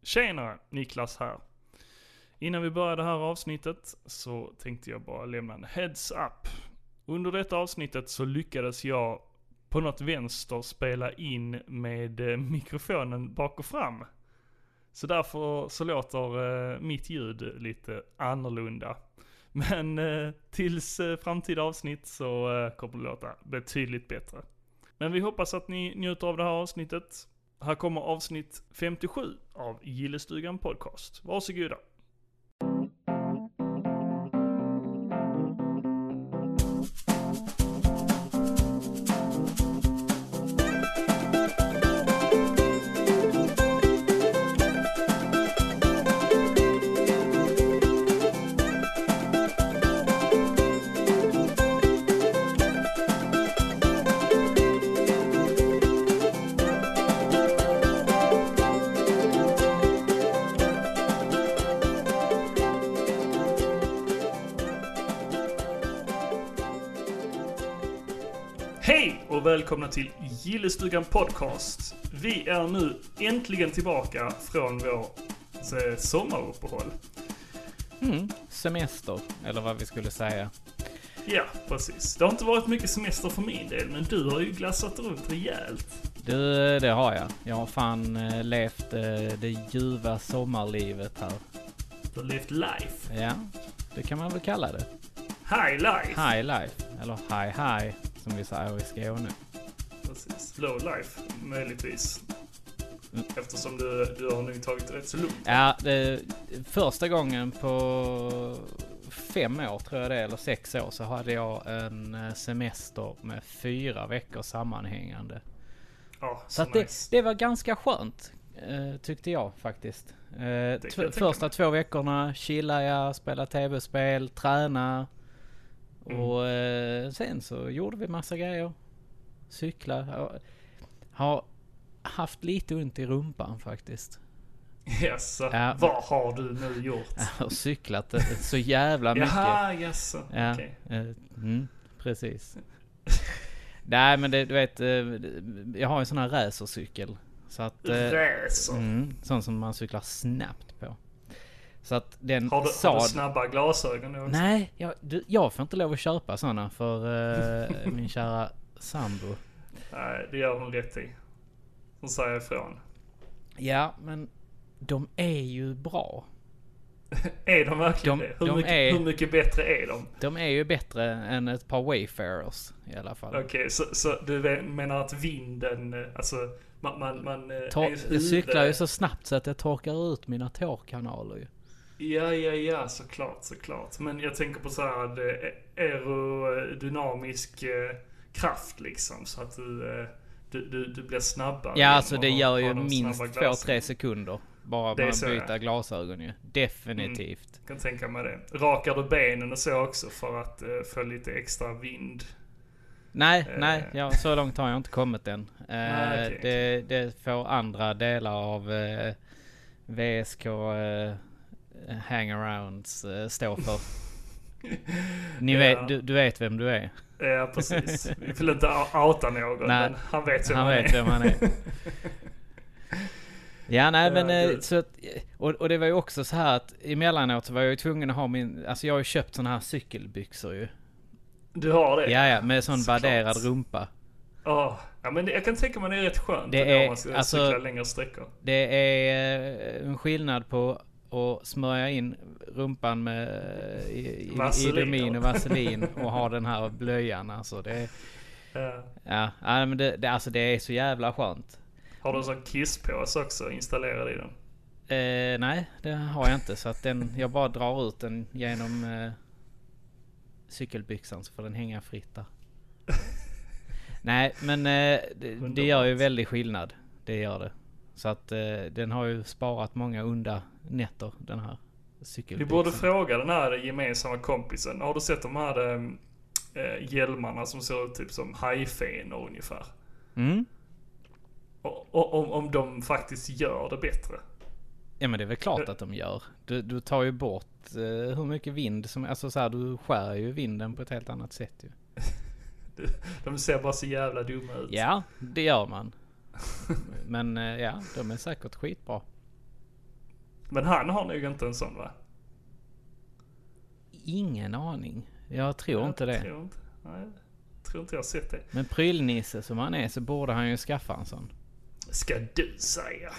Tjena, Niklas här. Innan vi börjar det här avsnittet så tänkte jag bara lämna en heads up. Under detta avsnittet så lyckades jag på något vänster spela in med mikrofonen bak och fram. Så därför så låter mitt ljud lite annorlunda. Men tills framtida avsnitt så kommer det låta betydligt bättre. Men vi hoppas att ni njuter av det här avsnittet. Här kommer avsnitt 57 av Gillestugan Podcast. Varsågoda. Hej och välkomna till Gillestugan Podcast. Vi är nu äntligen tillbaka från vår sommaruppehåll. Semester, eller vad vi skulle säga. Ja, precis. Det har inte varit mycket semester för min del, men du har ju glassat runt rejält. Det har jag. Jag har fan levt det ljuva sommarlivet här. Du har levt life. Ja, det kan man väl kalla det. High life. High life, eller high, som vi säger i Skåne. Precis. Low life, möjligtvis. Eftersom du har nu tagit det rätt så lugnt. Ja, första gången på 5 år tror jag det, eller 6 år, så hade jag en semester med 4 veckor sammanhängande. Ja, så att nice. det var ganska skönt, tyckte jag faktiskt. Första 2 veckorna chillade jag, spelade tv-spel, träna. Och sen så gjorde vi massa grejer. Cykla. Har haft lite ont i rumpan faktiskt. Yes, ja. Vad har du nu gjort? Jag har cyklat så jävla mycket. Jaha, yes. Ja, okay. Precis. Nej, men du vet, jag har en sån här racercykel. Så att, racer? Sån som man cyklar snabbt på. Så att den har du snabba glasögon också? Nej, jag får inte lov att köpa såna för min kära sambo. Nej, det gör hon rätt i. Hon säger ifrån. Ja, men de är ju bra. Är de verkligen det? Hur mycket bättre är de? De är ju bättre än ett par Wayfarers i alla fall. Okej, så du menar att vinden, alltså jag cyklar ju så snabbt så att jag torkar ut mina tårkanaler ju. Ja, såklart. Men jag tänker på så här aerodynamisk kraft liksom, så att du blir snabbare. Ja, alltså det gör ju minst 2-3 sekunder. Bara man byter jag. Glasögon ju. Definitivt. Kan tänka mig det. Rakar du benen och så också för att få lite extra vind? Nej, så långt har jag inte kommit än. Okay. Det får andra delar av VSK hangarounds stå för. Du vet vem du är. Ja, precis. Vi vill inte outa någon, men han vet vem han är. Ja, nej, men så att, och det var ju också så här att emellanåt så var jag ju tvungen att ha alltså jag har ju köpt såna här cykelbyxor ju. Du har det? Ja, med sån värderad rumpa. Ja, men jag kan tänka mig det är rätt skönt när man ska cykla längre sträckor. Det är en skillnad på att smörja in rumpan med idomin och vaselin och ha den här blöjan. Alltså det men det är så jävla skönt. Har du en sån kisspåse också installerad i den? Nej, det har jag inte. Så att jag bara drar ut den genom cykelbyxan så får den hänga fritt där. Nej, men det gör ju väldigt skillnad. Det gör det. Så att den har ju sparat många onda nätter, den här cykelbyxan. Vi borde fråga den här gemensamma kompisen. Har du sett de här hjälmarna som ser ut typ som hajfenor ungefär? Om de faktiskt gör det bättre. Ja, men det är väl klart att de gör. Du tar ju bort hur mycket vind som... Alltså så här, du skär ju vinden på ett helt annat sätt ju. De ser bara så jävla dumma ut. Ja, det gör man. Men ja, de är säkert skitbra. Men han har nog inte en sån, va? Ingen aning. Jag tror inte det. Nej, tror inte jag har sett det. Men prylnisse som han är så borde han ju skaffa en sån. Ska du säga?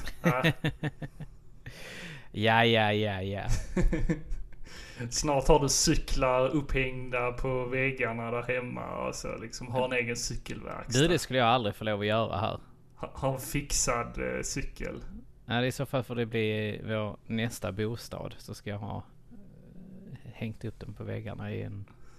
Ja. Snart har du cyklar upphängda på väggarna där hemma och så liksom har en egen cykelverkstad. Du, det skulle jag aldrig få lov att göra här. Ha en fixad cykel. Nej, det är så fall för det blir vår nästa bostad, så ska jag ha hängt upp den på väggarna i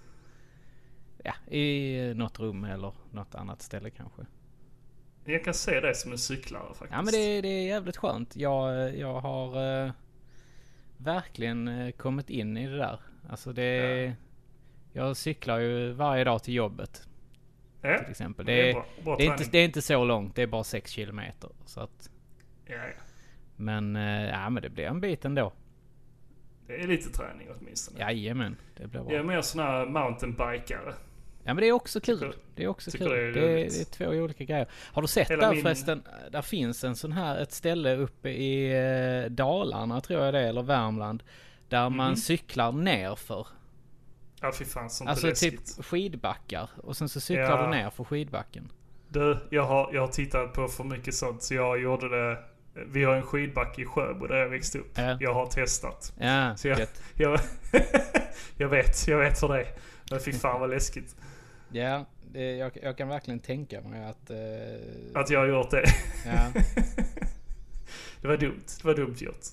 i något rum eller något annat ställe kanske. Jag kan se det som en cyklare faktiskt. Ja, men det är jävligt skönt. Jag har verkligen kommit in i det där. Alltså jag cyklar ju varje dag till jobbet. Ja, till exempel. det är inte så långt. Det är bara 6 kilometer. Så att, ja. men det blir en bit ändå. Det är lite träning åtminstone. Jajamän, det blir bra. Jag är mer sån här mountainbikare. Ja, men det är också kul. Det är 2 olika grejer. Har du sett förresten? Där finns en sån här, ett ställe uppe i Dalarna tror jag det är, eller Värmland. Där man cyklar nerför. Ja, fy fan, sånt alltså är läskigt. Typ skidbackar. Och sen så cyklar du ner för skidbacken. Du, jag har tittat på för mycket sånt, så jag gjorde det. Vi har en skidbacke i Sjöbo där jag växte upp. Ja. Jag har testat. Ja, så jag vet hur det är. Men fy fan vad läskigt. Ja, jag kan verkligen tänka mig att... Att jag har gjort det. Ja. Det var dumt gjort.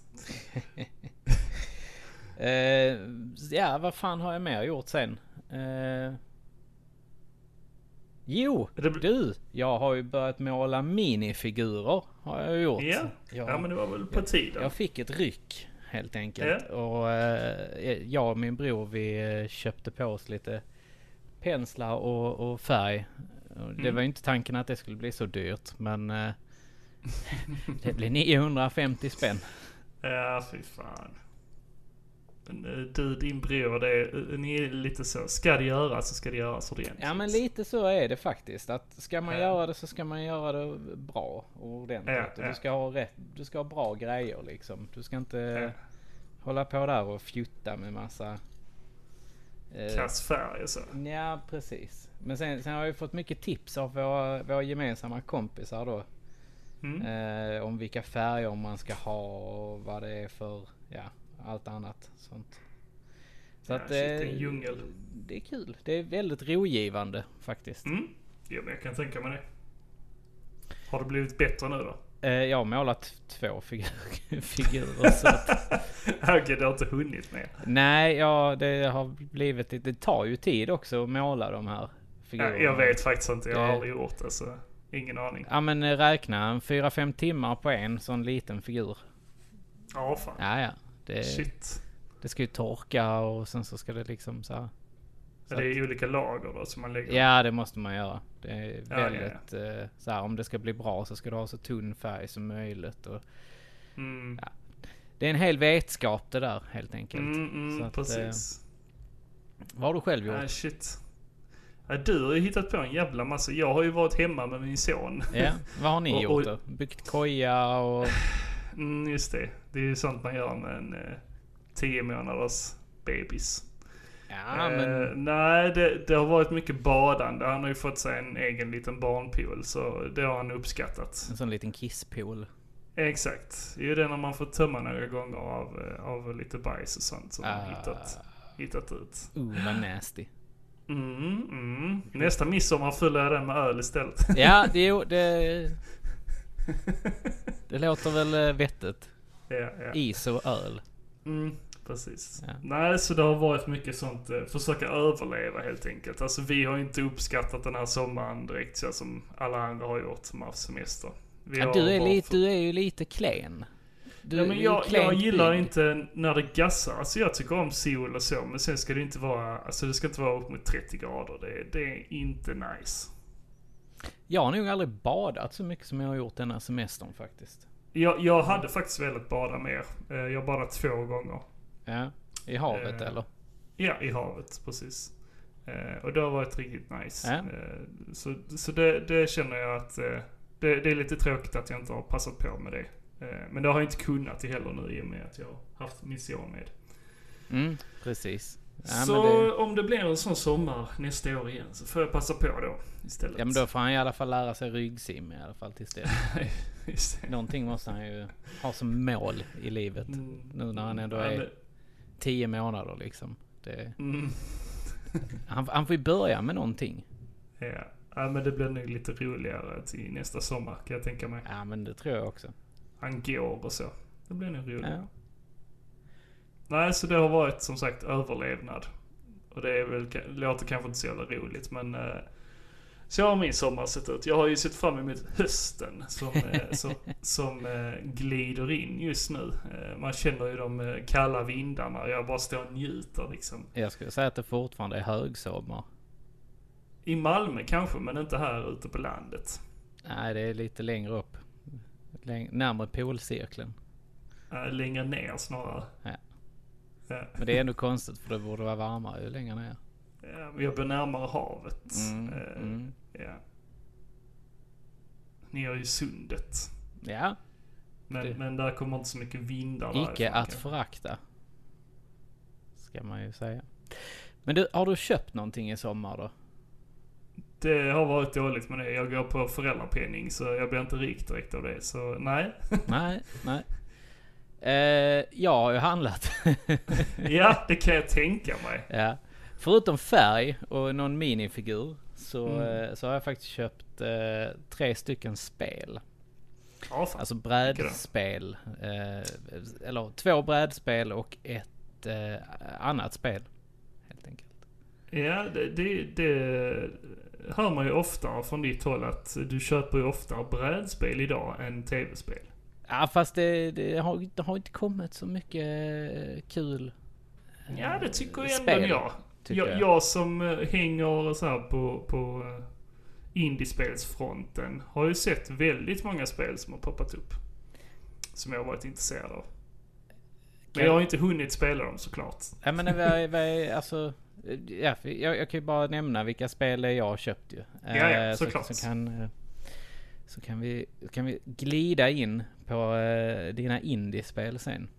Vad fan har jag mer gjort sen? Jag har ju börjat måla minifigurer. Har jag gjort. Ja, men det var väl på tiden. Jag fick ett ryck helt enkelt. Och jag och min bror, vi köpte på oss lite penslar och färg. Det var ju inte tanken att det skulle bli så dyrt, men det blir 950 spänn. Ja, fy fan. Men du, din bror, ni är lite så. Ska det göras så ska det göras ordentligt. Ja, men lite så är det faktiskt. Att ska man göra det så ska man göra det bra och ordentligt. Och du ska ha bra grejer liksom. Du ska inte hålla på där och fjutta med massa kassfärg och så. Ja, precis. Men sen har jag ju fått mycket tips av våra gemensamma kompisar då. Om vilka färger man ska ha och vad det är för, allt annat sånt. Så att det är en djungel. Det är kul. Det är väldigt rogivande faktiskt. Ja, men jag kan tänka mig det. Har det blivit bättre nu då? Jag har målat 2 figurer så att... Okej, det har inte hunnit med. Nej, det har blivit... Det tar ju tid också att måla de här figurerna. Jag vet faktiskt inte. Jag har aldrig gjort det, så ingen aning. Ja, men räkna 4-5 timmar på en sån liten figur. Ja, fan. Ja. Shit. Det ska ju torka och sen så ska det liksom så här. Så det är olika lager då som man lägger. Ja, det måste man göra. Det är väldigt så här, om det ska bli bra så ska du ha så tunn färg som möjligt och det är en hel vetskap det där helt enkelt. Så att, precis. Vad har du själv gjort? Shit. Du har ju hittat på en jävla massa. Jag har ju varit hemma med min son. Ja, vad har ni gjort då? Byggt koja och... Just det. Det är ju sånt man gör med en 10 månaders bebis. Ja, men... Nej, det har varit mycket badande. Han har ju fått sig en egen liten barnpool, så det har han uppskattat. En sån liten kisspool. Exakt. Det är ju det när man får tömma några gånger av lite bajs och sånt som man hittat ut. Vad nasty. Nästa midsommar fyller jag den med öl istället. Ja, det låter väl vettigt. Ja. Is och öl. Precis. Ja. Nej, så det har varit mycket sånt. Försöka överleva helt enkelt. Alltså vi har inte uppskattat den här sommaren direkt så som alla andra har gjort som har haft semester. Du är ju lite klen. Men jag gillar inte när det gassar. Alltså jag tycker om sol och så. Men sen ska det inte vara... Alltså det ska inte vara upp mot 30 grader. Det är inte nice. Jag har nog aldrig badat så mycket som jag har gjort den här semestern faktiskt. Jag hade faktiskt velat bada mer. Jag badat 2 gånger. Ja, i havet eller? Ja, i havet, precis. Och det har varit riktigt nice. Ja. Så det känner jag att det är lite tråkigt att jag inte har passat på med det Men det har jag inte kunnat heller nu i och med att jag har haft min son med. Precis. Ja, så om det blir en sån sommar nästa år igen så får jag passa på då istället. Ja, men då får han i alla fall lära sig ryggsim i alla fall tills det. Just det. Någonting måste han ju ha som mål i livet. Nu när han ändå är 10 månader liksom. Han får ju börja med någonting. Ja, men det blir nog lite roligare till nästa sommar kan jag tänka mig. Ja, men det tror jag också. Han går och så. Det blir nog roligare. Ja. Nej, så det har varit som sagt överlevnad. Och det är väl, låter kanske inte så jävla roligt, men så har min sommar sett ut. Jag har ju sett fram emot hösten som glider in just nu. Man känner ju de kalla vindarna. Jag bara står och njuter liksom. Jag skulle säga att det fortfarande är högsommar. I Malmö kanske, men inte här ute på landet. Nej, det är lite längre upp. Närmare polcirkeln. Längre ner snarare. Ja. Men det är ändå konstigt för det borde vara varmare ju längre ner. Ja, jag blir närmare havet. Ja. Ni har ju sundet. Ja. Men där kommer inte så mycket vindar. Icke att förakta. Ska man ju säga. Men du, har du köpt någonting i sommar då? Det har varit dåligt med det. Jag går på föräldrapenning så jag blir inte rik direkt av det. Så nej. nej. Jag har ju handlat. Ja, det kan jag tänka mig. Ja. Förutom färg och någon minifigur så har jag faktiskt köpt 3 stycken spel. Ja, fan. Alltså brädspel. Eller 2 brädspel och ett annat spel. Helt enkelt. Ja, det hör man ju ofta från ditt håll att du köper ju ofta brädspel idag än tv-spel. Ja, fast det har inte kommit så mycket kul ja, det tycker jag spel, ändå jag som hänger så här på indiespelsfronten har ju sett väldigt många spel som har poppat upp. Som jag har varit intresserad av. Men jag har inte hunnit spela dem såklart. Ja, men alltså... Ja, jag kan ju bara nämna vilka spel jag har köpt ju. Ja, såklart. Så kan vi glida in på dina indiespel sen.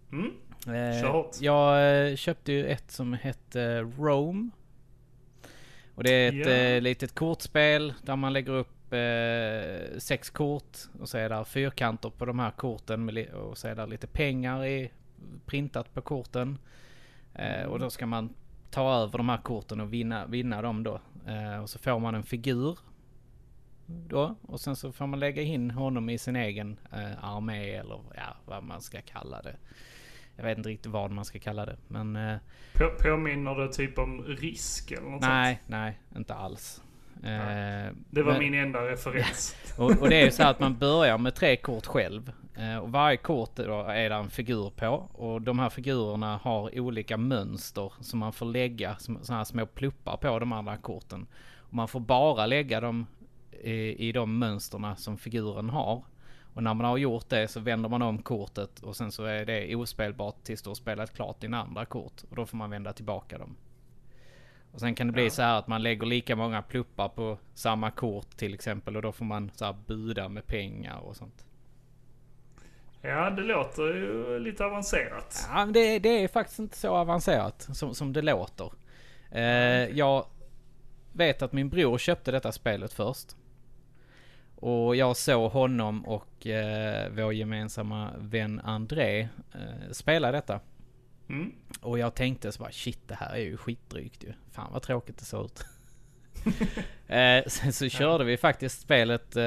Jag köpte ju ett som hette Rome. Och det är ett litet kortspel där man lägger upp 6 kort och så är där fyrkanter på de här korten och så är där lite pengar printat på korten. Och då ska man ta över de här korten och vinna dem då. Och så får man en figur då. Och sen så får man lägga in honom i sin egen armé eller vad man ska kalla det. Jag vet inte riktigt vad man ska kalla det. Men, påminner det typ om Risk eller något sånt? Nej, inte alls. Det var min enda referens. och det är ju så att man börjar med 3 kort själv. Och varje kort då är det en figur på. Och de här figurerna har olika mönster som man får lägga såna här små pluppar på de andra korten. Och man får bara lägga dem i de mönsterna som figuren har. Och när man har gjort det så vänder man om kortet och sen så är det ospelbart tills du har spelat klart dina andra kort. Och då får man vända tillbaka dem. Och sen kan det bli så här att man lägger lika många pluppar på samma kort till exempel. Och då får man så här buda med pengar och sånt. Ja, det låter ju lite avancerat. Ja, men det är faktiskt inte så avancerat som det låter. Jag vet att min bror köpte detta spelet först. Och jag såg honom och vår gemensamma vän André spela detta. Och jag tänkte så bara, shit, det här är ju skitdrygt ju. Fan vad tråkigt det såg ut. Sen så körde vi faktiskt spelet.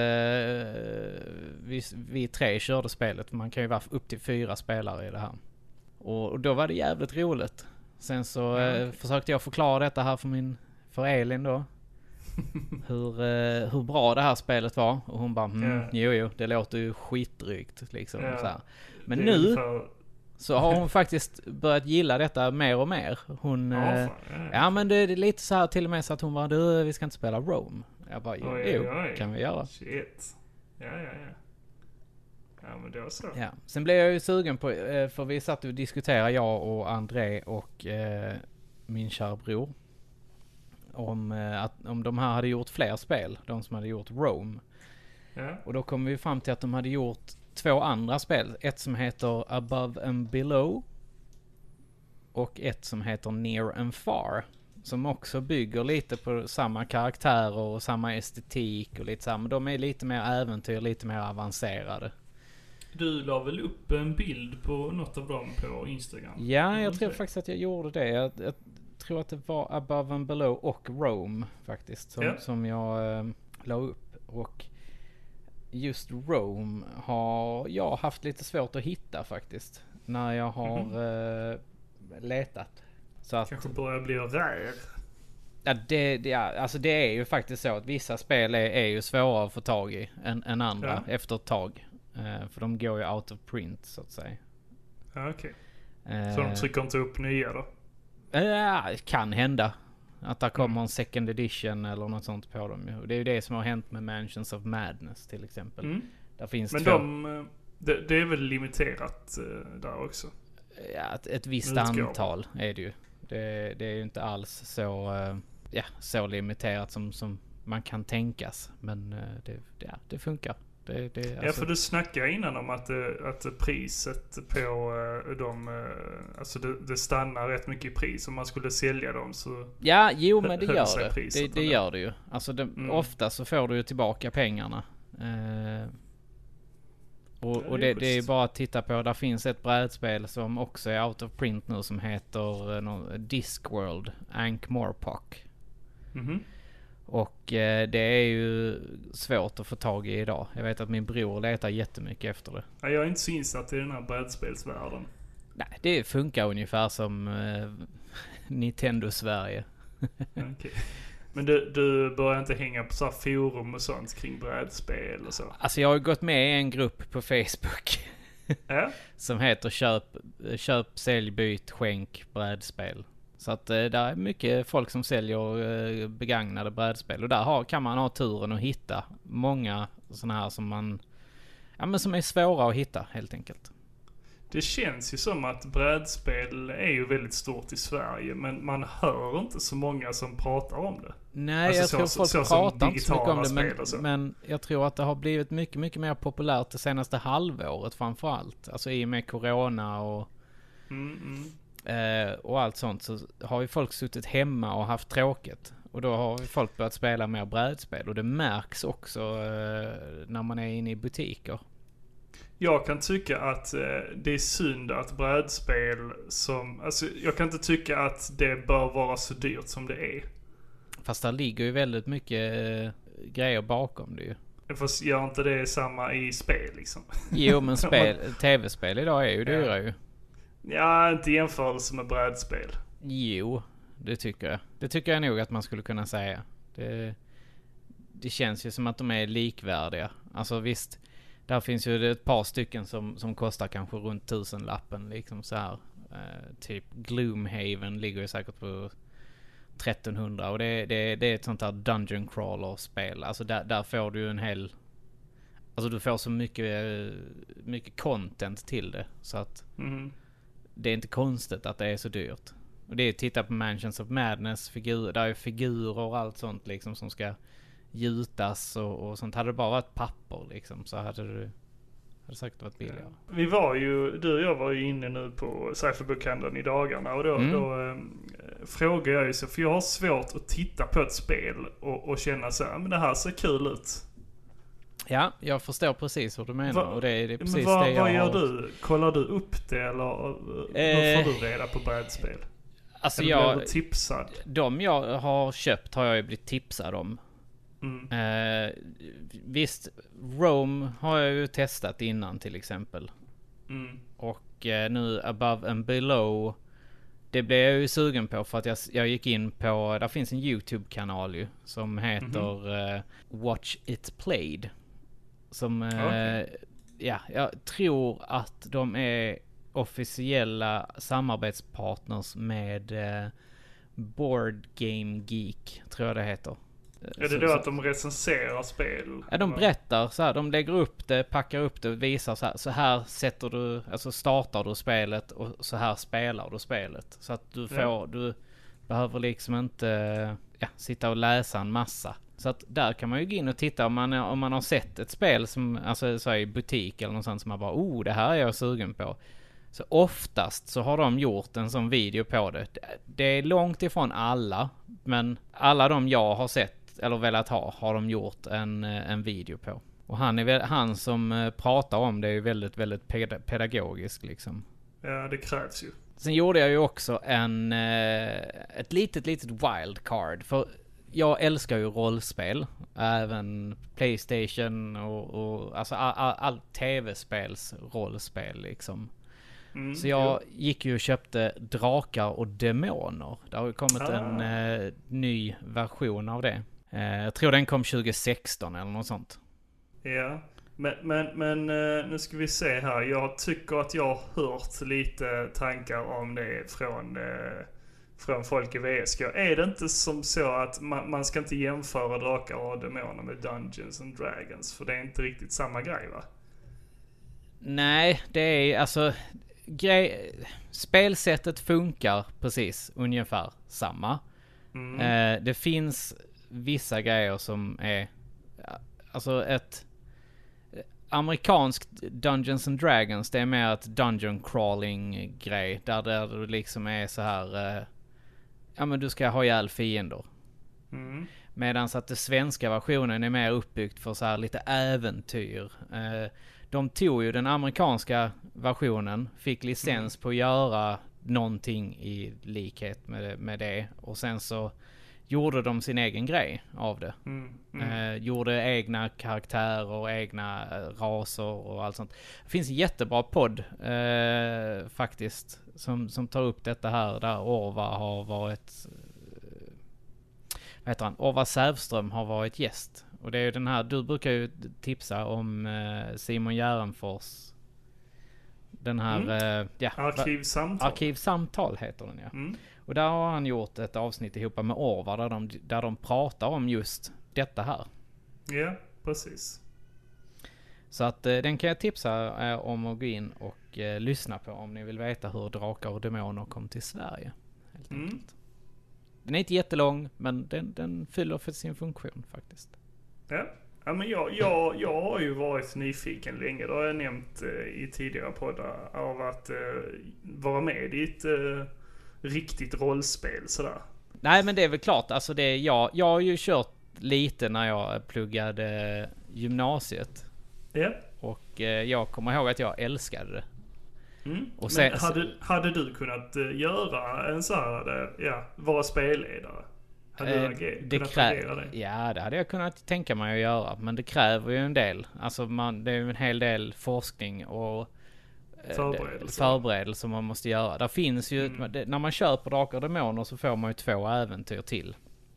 Vi 3 körde spelet. Man kan ju vara upp till 4 spelare i det här. Och då var det jävligt roligt. Sen så försökte jag förklara detta här för Elin då. Hur bra det här spelet var. Och hon bara, jo, det låter ju skitdrygt liksom. Så här. Men nu så har hon faktiskt börjat gilla detta mer och mer. Hon, men det är lite så här till och med så att hon bara, vi ska inte spela Rome. Jag bara, kan vi göra. Shit. Ja, men det var så. Ja. Sen blev jag ju sugen på, för vi satt och diskuterade, jag och André och min kära bror. Om de här hade gjort fler spel, de som hade gjort Rome. Och då kom vi fram till att de hade gjort 2 andra spel. Ett som heter Above and Below. Och ett som heter Near and Far. Som också bygger lite på samma karaktärer och samma estetik och lite samma. De är lite mer äventyr, lite mer avancerade. Du la väl upp en bild på något av dem på Instagram? Ja, jag tror faktiskt att jag gjorde det. Jag tror att det var Above and Below och Rome faktiskt som jag la upp. Och just Rome har jag haft lite svårt att hitta faktiskt. När jag har letat. Så att, kanske börjar bli rare. Ja, alltså det är ju faktiskt så att vissa spel är ju svårare att få tag i än andra efter ett tag. För de går ju out of print så att säga. Ja, okej. Så de trycker inte upp nya då? Ja, kan hända. Att det kommer en second edition eller något sånt på dem. Det är ju det som har hänt med Mansions of Madness till exempel. Där finns men det är väl limiterat där också? Ja, ett visst antal är det ju. Det är ju inte alls så limiterat som man kan tänkas. Men det funkar. Ja, för du snackade innan om att priset på alltså det stannar rätt mycket i pris om man skulle sälja dem så. Ja, jo men det gör det. Det gör det ju. Alltså ofta så får du ju tillbaka pengarna. Och det är ju bara att titta på. Där finns ett brädspel som också är out of print nu som heter Discworld Ankh-Morpork. Och det är ju svårt att få tag i idag. Jag vet att min bror letar jättemycket efter det. Ja, jag är inte så insatt i den här brädspelsvärlden. Nej, det funkar ungefär som Nintendo Sverige. Okay. Men du börjar inte hänga på så här forum och sånt kring brädspel och så? Alltså jag har gått med i en grupp på Facebook. Som heter köp, sälj, byt, skänk brädspel. Så att där är mycket folk som säljer begagnade brädspel. Och där kan man ha turen att hitta många sådana här som är svåra att hitta helt enkelt. Det känns ju som att brädspel är ju väldigt stort i Sverige. Men man hör inte så många som pratar om det. Nej, alltså jag tror folk pratar inte så mycket om det. Men jag tror att det har blivit mycket, mycket mer populärt det senaste halvåret framförallt. Alltså i och med corona och allt sånt så har ju folk suttit hemma och haft tråkigt. Och då har folk börjat spela mer brädspel. Och det märks också när man är inne i butiker. Jag kan tycka att det är synd att brädspel alltså jag kan inte tycka att det bör vara så dyrt som det är. Fast där ligger ju väldigt mycket grejer bakom det ju. Fast gör inte det samma i spel liksom? Jo, men tv-spel idag är ju dyra ju. Ja, inte i jämförelse med brädspel. Jo, det tycker jag. Det tycker jag nog att man skulle kunna säga. Det känns ju som att de är likvärdiga. Alltså visst, där finns ju ett par stycken som kostar kanske runt 1000-lappen liksom så här. Typ Gloomhaven ligger ju säkert på 1300 och det är ett sånt här dungeon crawler spel. Alltså där får du ju en hel, alltså du får så mycket content till det så att det är inte konstigt att det är så dyrt. Och det är att titta på Mansions of Madness där är figurer och allt sånt liksom som ska gjutas och sånt. Hade det bara varit papper liksom så hade säkert varit billigare. Vi du och jag var ju inne nu på Cypherbokhandeln i dagarna och då frågar jag ju så, för jag har svårt att titta på ett spel och känna så här, men det här ser kul ut. Ja, jag förstår precis vad du menar och det är precis det jag vad gör du? Kollar du upp det eller hur får du reda på brädspel? Alltså eller blir du tipsad? De jag har köpt har jag ju blivit tipsad om. Visst, Rome har jag ju testat innan till exempel. Och nu Above and Below, det blev jag ju sugen på för att jag gick in på, där finns en YouTube-kanal ju som heter Watch It Played. Som jag tror att de är officiella samarbetspartners med Board Game Geek, tror jag det heter. Är det då att de recenserar spel? Ja, de berättar så här, de lägger upp det, packar upp det och visar så här sätter du, alltså startar du spelet och så här spelar du spelet. Så att du behöver liksom inte sitta och läsa en massa. Så att där kan man ju gå in och titta om man har sett ett spel som, alltså så i butik eller någonstans som man bara, det här är jag sugen på. Så oftast så har de gjort en sån video på det. Det är långt ifrån alla, men alla de jag har sett eller velat ha har de gjort en video på. Och han som pratar om det är ju väldigt, väldigt pedagogisk liksom. Ja, det krävs ju. Sen gjorde jag ju också ett litet wildcard. För jag älskar ju rollspel. Även PlayStation och alltså all tv-spels rollspel liksom. Så jag gick ju och köpte Drakar och Demoner. Det har ju kommit en ny version av det. Jag tror den kom 2016 eller något sånt. Ja, men nu ska vi se här. Jag tycker att jag har hört lite tankar om det från folk i VSK. Är det inte som så att man ska inte jämföra Drakar och Demoner med Dungeons and Dragons? För det är inte riktigt samma grej, va? Nej, det är alltså... Spelsättet funkar precis ungefär samma. Det finns vissa grejer som är... Alltså ett... Amerikanskt Dungeons and Dragons, det är mer ett dungeon crawling grej. Där det liksom är så här... ja men du ska ha ihjäl fiender. Medan att den svenska versionen är mer uppbyggt för så här lite äventyr. De tog ju den amerikanska versionen, fick licens på att göra någonting i likhet med det. Och sen så gjorde de sin egen grej av det. Gjorde egna karaktärer och egna raser och allt sånt. Det finns en jättebra podd faktiskt som tar upp detta här där Orvar har varit... vad heter han? Orvar Sävström har varit gäst. Och det är ju den här, du brukar ju tipsa om Simon Gärdenfors. Den här, Arkivsamtal heter den, ja. Och där har han gjort ett avsnitt ihop med Orvar där de pratar om just detta här. Ja, precis. Så att den kan jag tipsa om att gå in och lyssna på om ni vill veta hur Drakar och Demoner kom till Sverige. Helt enkelt. Den är inte jättelång, men den fyller för sin funktion faktiskt. Ja, men jag har ju varit nyfiken länge. Det har jag nämnt i tidigare poddar av att vara med i ett riktigt rollspel sådär. Nej, men det är väl klart. Alltså jag har ju kört lite när jag pluggade gymnasiet. Ja. Och jag kommer ihåg att jag älskade det. Och men hade du kunnat göra en så här, vara spelledare? Hade du kunnat agera det? Ja, det hade jag kunnat tänka mig att göra. Men det kräver ju en del. Alltså det är ju en hel del forskning och förberedelse man måste göra. Där finns ju, när man kör på Drakar och Demoner så får man ju 2 äventyr till.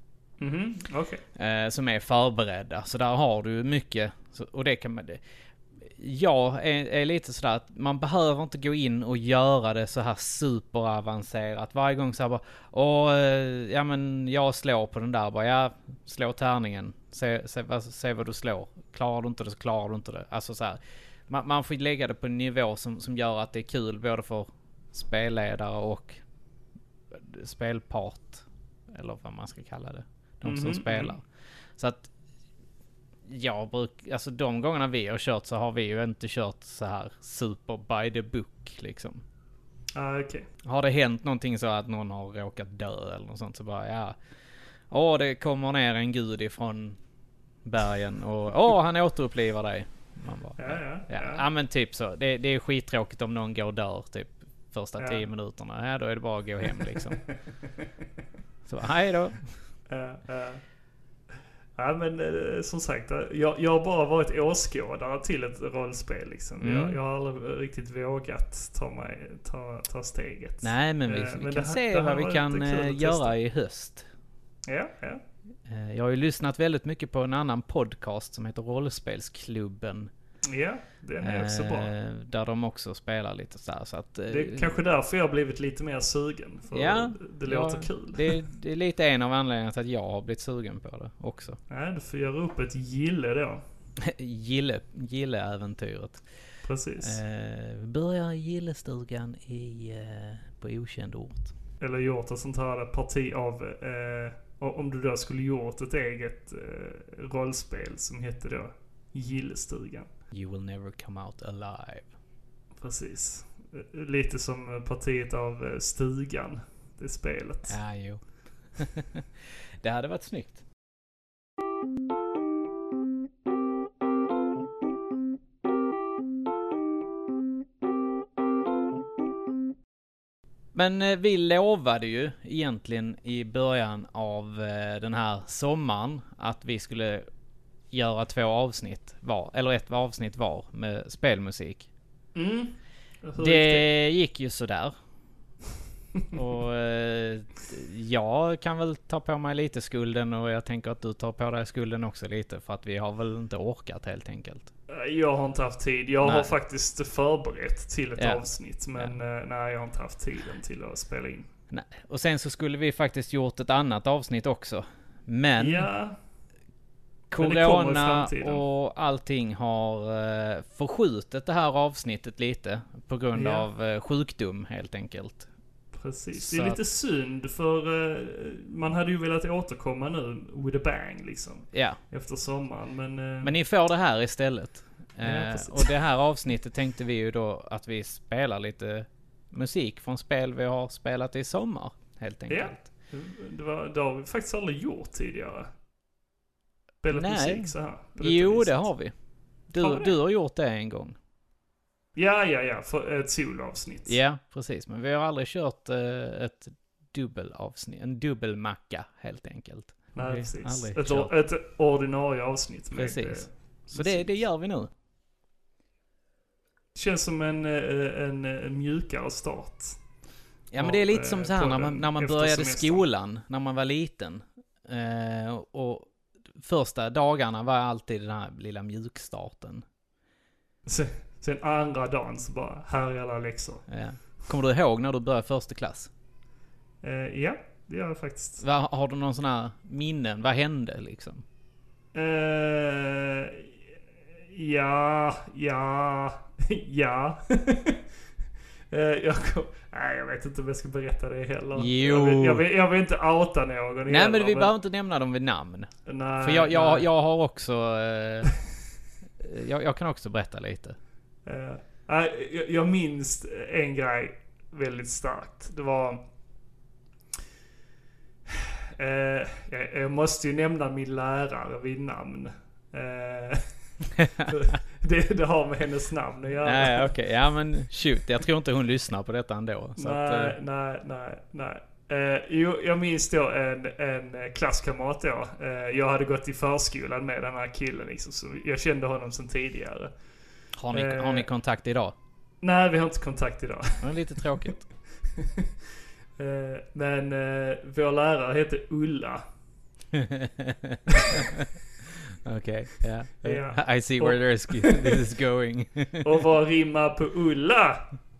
Som är förberedda. Så där har du mycket. Och det kan man... Jag är lite sådär att man behöver inte gå in och göra det så här superavancerat. Varje gång så här bara, men jag slår på den där. Bara, slå tärningen. Se vad du slår. Klarar du inte det så klarar du inte det. Alltså så här, man får lägga det på en nivå som gör att det är kul både för spelledare och spelpart. Eller vad man ska kalla det. De som spelar. Så att alltså de gångerna vi har kört så har vi ju inte kört så här super by the book liksom. Okay. Har det hänt någonting så att någon har råkat dö eller något sånt så bara det kommer ner en gud ifrån bergen och han återupplivar dig. Man bara, ja men typ så. Det är skittråkigt om någon går och dör typ första 10 minuterna. Ja, då är det bara att gå hem liksom. Så hej då. Ja, men som sagt, jag har bara varit åskådare till ett rollspel liksom. Jag har aldrig riktigt vågat ta steget. Nej, men vi kan se vad vi kan göra i höst. Ja. Jag har ju lyssnat väldigt mycket på en annan podcast som heter Rollspelsklubben. Ja, den är också bra. Där de också spelar lite så att... det är kanske därför jag har blivit lite mer sugen. För det låter kul. Det är lite en av anledningarna till att jag har blivit sugen på det också. Ja, du får göra upp ett gille då. Gille-äventyret. Precis. Vi börjar i gillestugan på okänd ort. Eller gjort ett sånt här parti av om du då skulle gjort ett eget rollspel som hette då Gillestugan. You will never come out alive. Precis. Lite som partiet av Stugan, det spelet. Ja, jo. Det hade varit snyggt. Men vi lovade ju egentligen i början av den här sommaren att vi skulle göra 2 avsnitt var, eller ett avsnitt var med spelmusik. Det gick ju sådär. Och jag kan väl ta på mig lite skulden, och jag tänker att du tar på dig skulden också lite, för att vi har väl inte orkat helt enkelt. Jag har inte haft tid. Jag har faktiskt förberett till ett avsnitt, men nej, jag har inte haft tiden till att spela in. Nej. Och sen så skulle vi faktiskt gjort ett annat avsnitt också. Men corona och allting har förskjutit det här avsnittet lite på grund av sjukdom helt enkelt. Precis. Så det är lite synd, för man hade ju velat återkomma nu with a bang liksom. Ja. Efter sommaren, men ni får det här istället. Och det här avsnittet tänkte vi ju då att vi spelar lite musik från spel vi har spelat i sommar helt enkelt. Ja. Det har vi faktiskt aldrig gjort tidigare. Spelat musik så här. Jo, det har vi. Du har gjort det en gång. Ja, för ett soloavsnitt. Ja, precis. Men vi har aldrig kört ett dubbelavsnitt. En dubbelmacka, helt enkelt. Nej, precis. Ett ordinarie avsnitt. Precis. Så det gör vi nu. Det känns som en mjukare start. Ja, men det är lite som så här när man började skolan, när man var liten. Och första dagarna var alltid den här lilla mjukstarten. Sen andra dagen så bara, här är alla läxor. Ja. Kommer du ihåg när du började första klass? Ja, det gör jag faktiskt. Har du någon sån här minnen? Vad hände liksom? Ja. Jag vet inte om jag ska berätta det heller. Jo. Jag vill inte outa någon. Nej, men vi behöver inte nämna dem vid namn. Nej, för jag har också... jag kan också berätta lite. Jag minns en grej väldigt starkt. Det var... jag måste ju nämna min lärare vid namn. Det har med hennes namn att göra. Nej, okej. Ja, men shoot. Jag tror inte hon lyssnar på detta ändå. Så nej. Jag minns då en klasskamrat då. Jag hade gått i förskolan med den här killen liksom, så jag kände honom sedan tidigare. Har ni kontakt idag? Nej, vi har inte kontakt idag. Det är lite tråkigt. Men vår lärare heter Ulla. Okej, yeah. I see where this is going. Och vad rimmar på Ulla?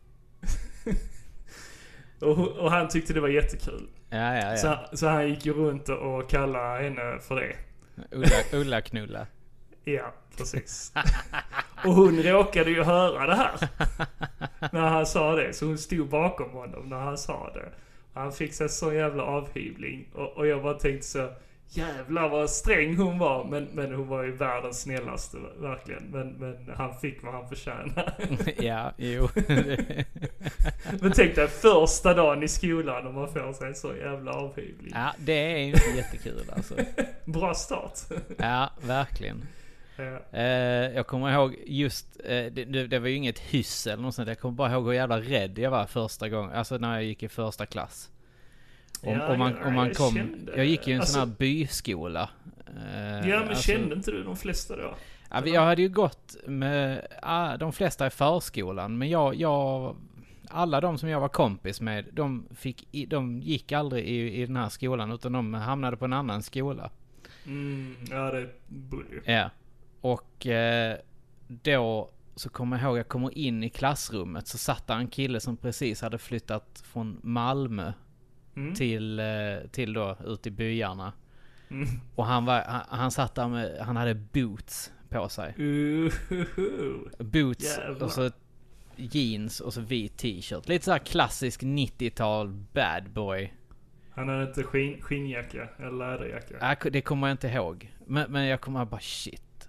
och han tyckte det var jättekul. Ja. Så han gick ju runt och kallade henne för det. Ulla knulla. Ja, precis. Och hon råkade ju höra det här när han sa det. Så hon stod bakom honom när han sa det. Han fick sig så jävla avhyvling. Och jag bara tänkte så, jävlar vad sträng hon var. Men hon var ju världens snällaste, verkligen. Men han fick vad han förtjänade. Ja, jo. Men tänk dig första dagen i skolan och man får sig så jävla avhyvling. Ja, det är ju inte jättekul alltså. Bra start. Ja, verkligen. Jag kommer ihåg just, det var ju inget hyss eller något sånt. Jag kommer bara ihåg hur jävla rädd jag var första gången. Alltså när jag gick i första klass. Jag gick ju i en sån här byskola. Men kände inte du de flesta då? Ja, jag hade ju gått med de flesta i förskolan. Men alla de som jag var kompis med, de gick aldrig i den här skolan, utan de hamnade på en annan skola. Ja, det är bully. Ja. Och då så kommer jag kommer in i klassrummet, så satt där en kille som precis hade flyttat från Malmö till då ut i byarna. Och han satt där han hade boots på sig. Boots. Jävlar. Och så jeans och så vit t-shirt. Lite så här klassisk 90-tal bad boy. Han hade inte skinnjacka eller läderjacka. Det kommer jag inte ihåg. Men jag kommer bara shit.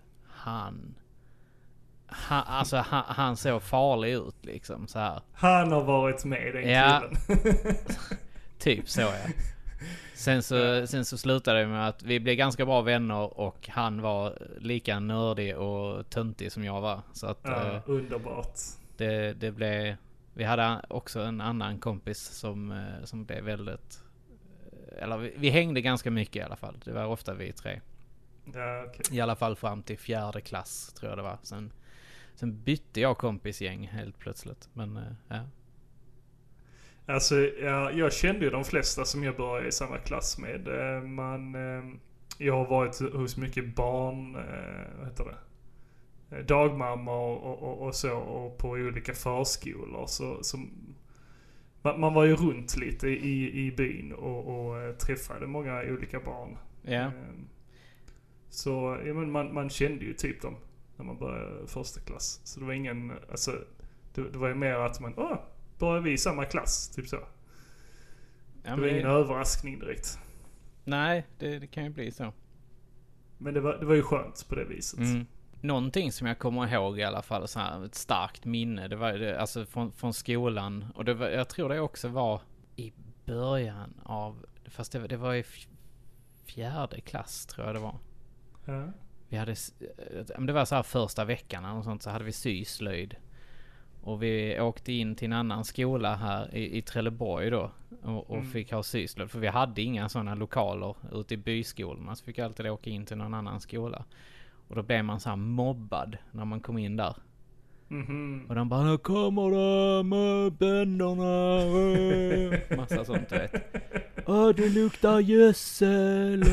Han såg farlig ut liksom så här. Han har varit med den killen. Typ så ja. Sen så slutade det med att vi blev ganska bra vänner och han var lika nördig och töntig som jag var. Så att, underbart. Det blev... Vi hade också en annan kompis som blev väldigt... Eller vi hängde ganska mycket i alla fall. Det var ofta vi tre. Ja, okay. I alla fall fram till 4:e klass tror jag det var. Sen bytte jag kompisgäng helt plötsligt. Men ja. Alltså, jag kände ju de flesta som jag började i samma klass med. Jag har varit hos mycket barn, vad heter det? Dagmamma och så, och på olika förskolor. Så man var ju runt lite i byn och träffade många olika barn. Ja. Så man kände ju typ dem när man började första klass. Så det var ingen, alltså det var ju mer att man, började vi i samma klass, typ så. Det var ingen överraskning direkt. Nej, det kan ju bli så. Men det var ju skönt på det viset. Någonting som jag kommer ihåg i alla fall, så här, ett starkt minne, det var alltså från skolan. Och jag tror det också var i början av, fast det var i 4:e klass tror jag det var. Ja. Vi hade, det var så här första veckan och sånt, så hade vi syslöjd. Och vi åkte in till en annan skola här i Trelleborg då. Och fick ha syslöjd. För vi hade inga sådana lokaler ute i byskolorna. Så fick jag alltid åka in till någon annan skola. Och då blev man så här mobbad när man kom in där. Mm-hmm. Och de bara, nu kommer de bönderna. Massa sånt, du vet. Det luktar gödsel.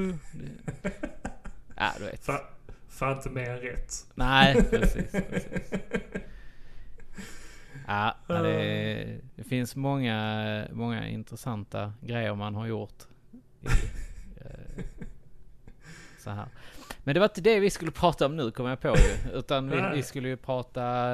Ja, du vet. Fan inte mer än rätt. Nej, precis. Ja, det finns många intressanta grejer man har gjort. Så här. Men det var inte det vi skulle prata om nu, kommer jag på ju. Utan vi skulle ju prata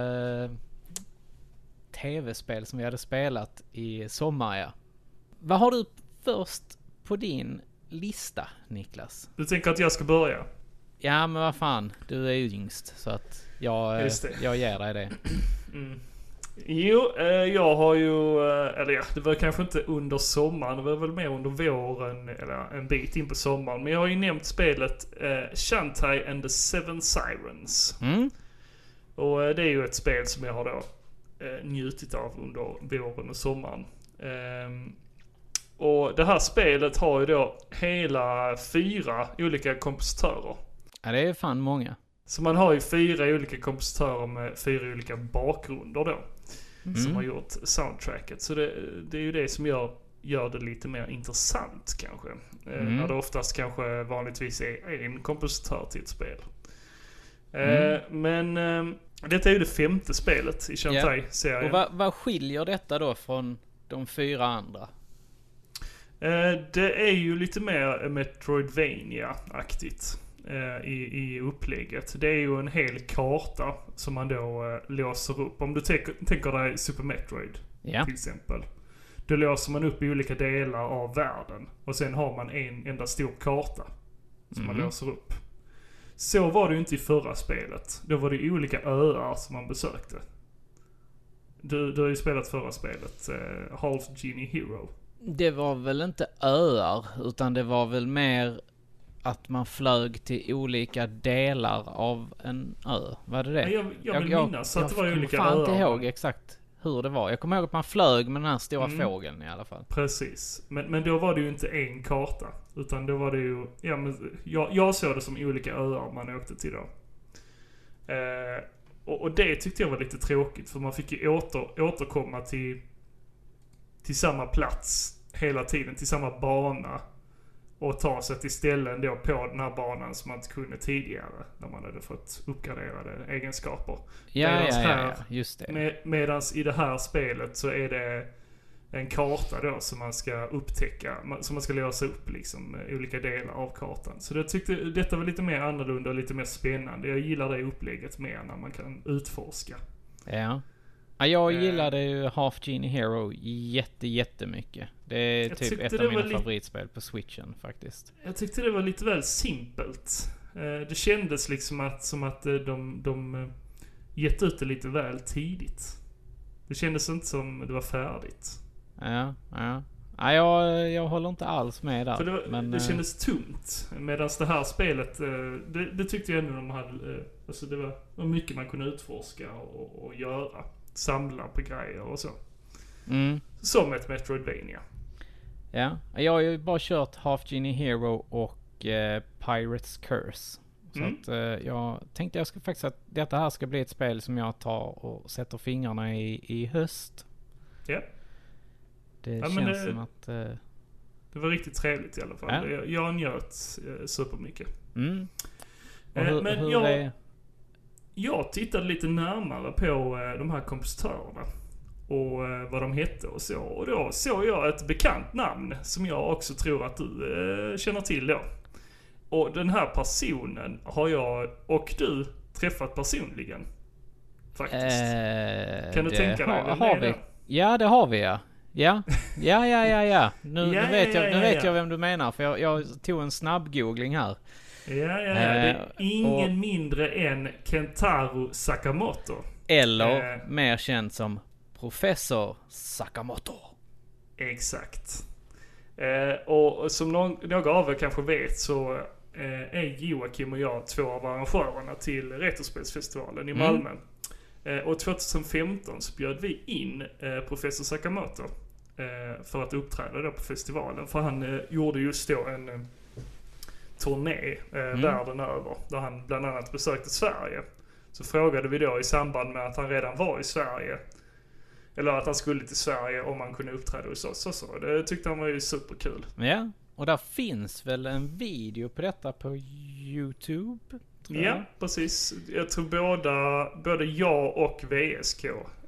tv-spel som vi hade spelat i sommar, ja. Vad har du först på din lista, Niklas? Du tänker att jag ska börja? Ja, men vad fan. Du är ju yngst, så att jag ger dig det. Jo, jag har ju, det var kanske inte under sommaren, det var väl mer under våren, eller en bit in på sommaren. Men jag har ju nämnt spelet Shantae and the Seven Sirens. Och det är ju ett spel som jag har då njutit av under våren och sommaren. Och det här spelet har ju då hela 4 olika kompositörer. Ja, det är fan många. Så man har ju 4 olika kompositörer med 4 olika bakgrunder då. Som har gjort soundtracket. Så det är ju det som gör det lite mer intressant kanske. När det oftast kanske vanligtvis är en kompositör till ett spel. Men detta är ju det 5:e spelet i Shantae-serien. Och vad skiljer detta då från de 4 andra? Det är ju lite mer Metroidvania-aktigt. I upplägget. Det är ju en hel karta som man då låser upp. Om du tänker dig Super Metroid till exempel. Då låser man upp i olika delar av världen. Och sen har man en enda stor karta som man låser upp. Så var det ju inte i förra spelet. Då var det olika öar som man besökte. Du har ju spelat förra spelet, Half Genie Hero. Det var väl inte öar, utan det var väl mer att man flög till olika delar av en ö. Var det det? Jag vill minnas att det var olika öar. Jag kommer inte ihåg exakt hur det var. Jag kommer ihåg att man flög med den här stora fågeln i alla fall. Precis. Men då var det ju inte en karta. Utan då var det ju... Jag såg det som olika öar man åkte till då. Och det tyckte jag var lite tråkigt. För man fick ju återkomma till samma plats hela tiden. Till samma bana. Och ta sig till ställen då på den här banan som man inte kunde tidigare. När man hade fått uppgraderade egenskaper. Ja, just det. Medans i det här spelet så är det en karta då som man ska upptäcka. Som man ska låsa upp liksom olika delar av kartan. Så jag tyckte detta var lite mer annorlunda och lite mer spännande. Jag gillar det upplägget mer när man kan utforska. Ja. Ja, jag gillade ju Half Genie Hero jättemycket. Det är typ ett av mina favoritspel på Switchen faktiskt. Jag tyckte det var lite väl simpelt. Det kändes liksom som att de gett ut det lite väl tidigt. Det kändes inte som det var färdigt. Ja. Jag håller inte alls med där. För det kändes tungt. Medan det här spelet, det tyckte jag ändå de hade... Alltså det var mycket man kunde utforska och göra. Samla på grejer och så. Som ett Metroidvania. Ja, jag har ju bara kört Half Genie Hero och Pirate's Curse. Så att jag tänkte faktiskt att detta här ska bli ett spel som jag tar och sätter fingrarna i höst. Ja. Det känns som att... Det var riktigt trevligt i alla fall. Ja. Jag njöt supermycket. Men jag tittade lite närmare på de här kompositörerna. Och vad de hette och så. Och då såg jag ett bekant namn som jag också tror att du känner till då. Och den här personen har jag och du träffat personligen. Faktiskt. Kan du tänka dig vem det är? Ja, det har vi ja. Ja. Nu vet jag vem du menar, för jag tog en snabb googling här. Det är ingen mindre än Kentaro Sakamoto. Eller mer känd som Professor Sakamoto. Exakt. Och som några av er kanske vet så är Joakim och jag två av arrangörerna till Retrospelsfestivalen i Malmö. Och 2015 så bjöd vi in Professor Sakamoto för att uppträda då på festivalen. För han gjorde just då en turné världen över, där han bland annat besökte Sverige. Så frågade vi då i samband med att han redan var i Sverige, eller att han skulle till Sverige, om han kunde uppträda hos oss. Så det tyckte han var ju superkul. Ja, och där finns väl en video på detta på YouTube? Ja, precis. Jag tror både jag och VSK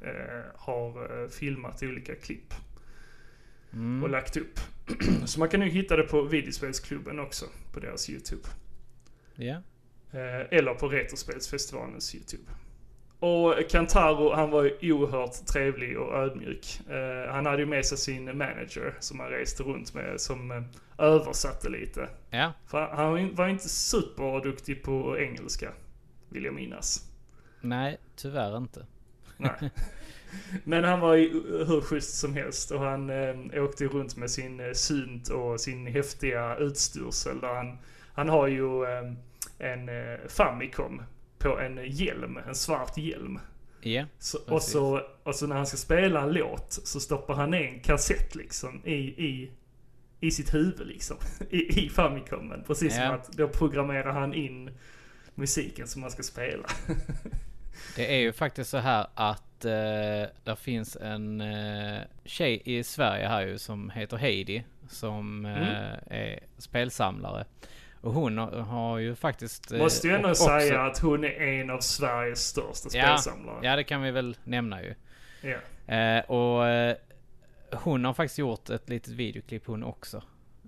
har filmat olika klipp och lagt upp. Så man kan ju hitta det på Videospelsklubben också, på deras YouTube. Ja. Eller på Retrospelsfestivalens YouTube. Och Kentaro, han var ju oerhört trevlig och ödmjuk. Han hade ju med sig sin manager som han reste runt med, som översatte lite. Ja. För han var inte superduktig på engelska, vill jag minnas. Nej, tyvärr inte. Nej. Men han var ju hur schysst som helst, och han åkte runt med sin synt och sin häftiga utstyrsel. Där han har ju en Famicom på en hjälm, en svart hjälm. Ja. Och så när han ska spela en låt så stoppar han en kassett liksom i sitt huvud liksom. I Famicomen. Precis som att då programmerar han in musiken som man ska spela. Det är ju faktiskt så här att där finns en tjej i Sverige här ju som heter Heidi, som är spelsamlare. Och hon har ju faktiskt... Måste ju ändå säga att hon är en av Sveriges största spelsamlare. Ja, det kan vi väl nämna ju. Ja. Och hon har faktiskt gjort ett litet videoklipp hon också.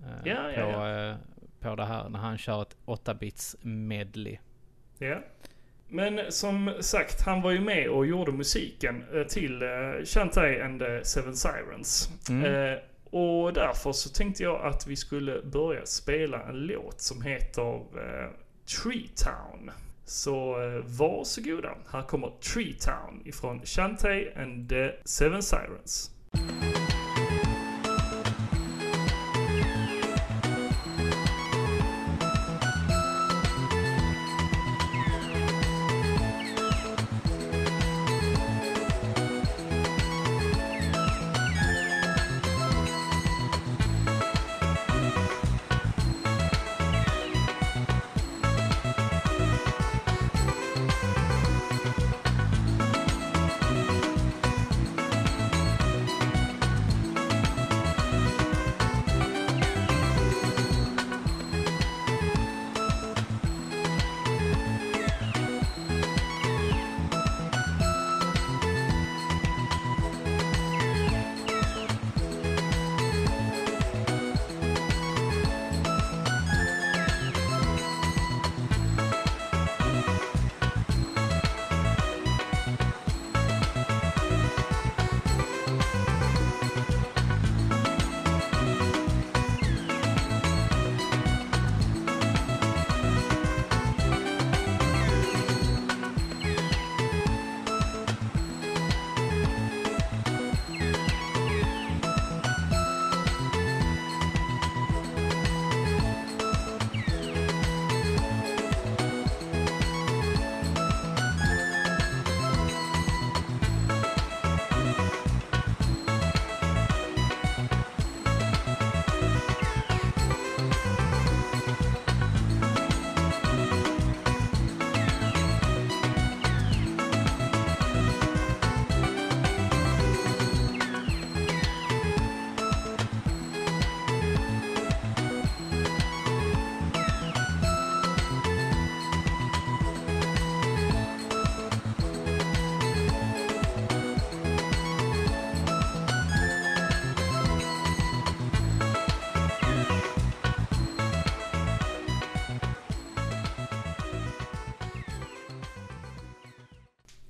På det här när han kör ett 8-bits medley. Ja. Men som sagt, han var ju med och gjorde musiken till Shantae and the Seven Sirens. Och därför så tänkte jag att vi skulle börja spela en låt som heter Tree Town. Så varsågoda, här kommer Tree Town ifrån Shantae and the Seven Sirens.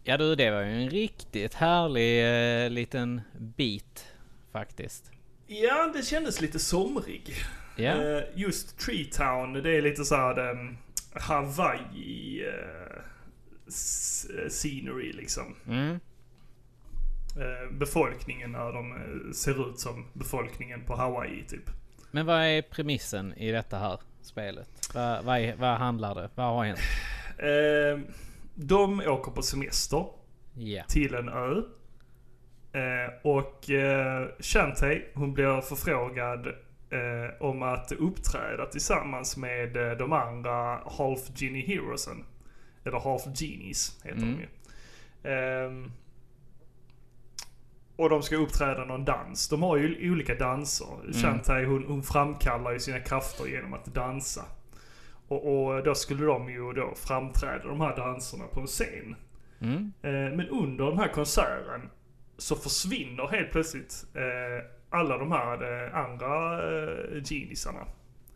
Ja du, det var ju en riktigt härlig liten bit faktiskt. Ja, det kändes lite somrig. Ja. Just Tree Town, det är lite så här Hawaii scenery liksom. Mm. Befolkningen när de ser ut som befolkningen på Hawaii typ. Men vad är premissen i detta här spelet? Vad handlar det? Vad har hänt? De åker på semester till en ö. Och Shantae, hon blir förfrågad om att uppträda tillsammans med de andra Half Genie Heroesen. Eller Half Genies heter de ju. Och de ska uppträda någon dans. De har ju olika danser. Shantae hon framkallar ju sina krafter genom att dansa. Och då skulle de ju då framträda de här danserna på en scen. Men under den här konserten så försvinner helt plötsligt alla de här andra geniesarna.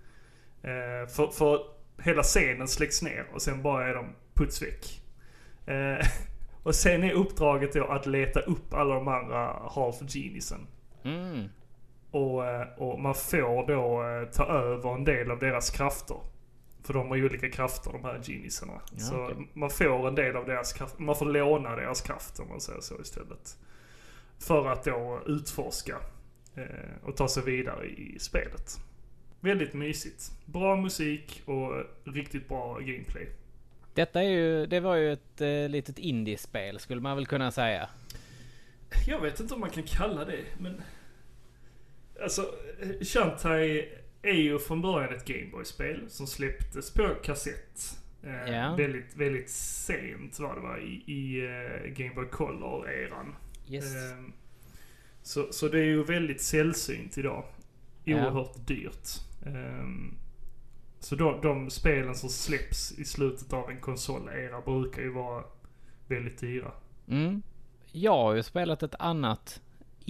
För hela scenen släcks ner och sen bara är de putsväck. Och sen är uppdraget då att leta upp alla de andra half geniesen. Och man får då ta över en del av deras krafter. För de har ju olika krafter, de här geniesarna. Ja, så okay. Man får en del av deras krafter. Man får låna deras krafter, om man säger så istället. För att då utforska och ta sig vidare i spelet. Väldigt mysigt. Bra musik och riktigt bra gameplay. Det var ju ett litet indiespel skulle man väl kunna säga. Jag vet inte om man kan kalla det, men alltså Shantae är ju från början ett Gameboy-spel som släpptes på kassett. Väldigt, väldigt sent var det i Game Boy Color-eran. Yes. Så det är ju väldigt sällsynt idag. Oerhört dyrt. Så de spelen som släpps i slutet av en konsol-era brukar ju vara väldigt dyra. Jag har ju spelat ett annat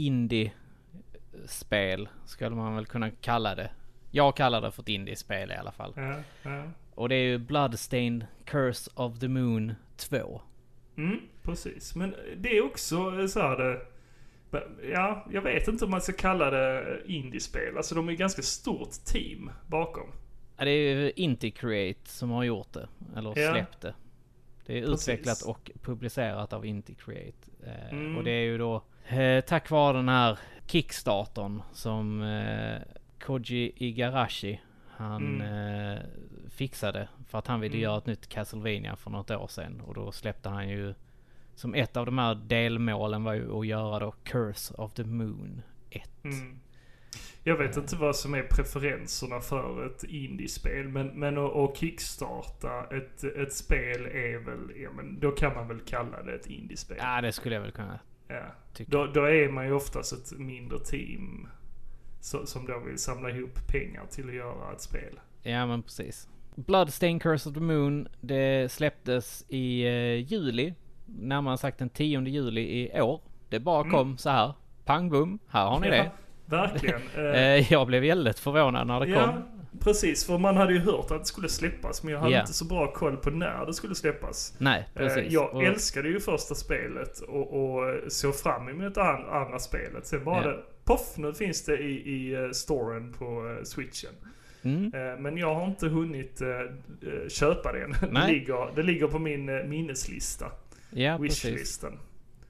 indie-spel, skulle man väl kunna kalla det. Jag kallar det för ett indie-spel i alla fall. Ja. Och det är ju Bloodstained Curse of the Moon 2. Precis. Men det är också så här ja, jag vet inte om man ska kalla det indiespel. Alltså de är ett ganska stort team bakom. Ja, det är ju Inti-Create som har gjort det. Eller släppt det. Det är utvecklat och publicerat av Inti-Create. Och det är ju då tack vare den här Kickstartern som Koji Igarashi han fixade. För att han ville göra ett nytt Castlevania för något år sedan. Och då släppte han ju som ett av de här delmålen var ju att göra då Curse of the Moon 1. Jag vet inte vad som är preferenserna för ett indiespel, men att kickstarta ett spel är väl, ja, men då kan man väl kalla det ett indiespel. Ja, det skulle jag väl kunna tycka. Då är man ju oftast ett mindre team som då vill samla ihop pengar till att göra ett spel. Ja, men precis. Bloodstained Curse of the Moon, det släpptes i juli. Närmare sagt den 10 juli i år. Det bara kom så här. Pang bum, här har ni det. Verkligen. Jag blev väldigt förvånad när det kom. Precis, för man hade ju hört att det skulle släppas, men jag hade inte så bra koll på när det skulle släppas. Nej, precis. Jag älskade ju första spelet och såg fram emot andra spelet. Sen bara poff, nu finns det i storen på Switchen. Men jag har inte hunnit köpa det än. Det ligger på min minneslista. Ja, Wishlistan.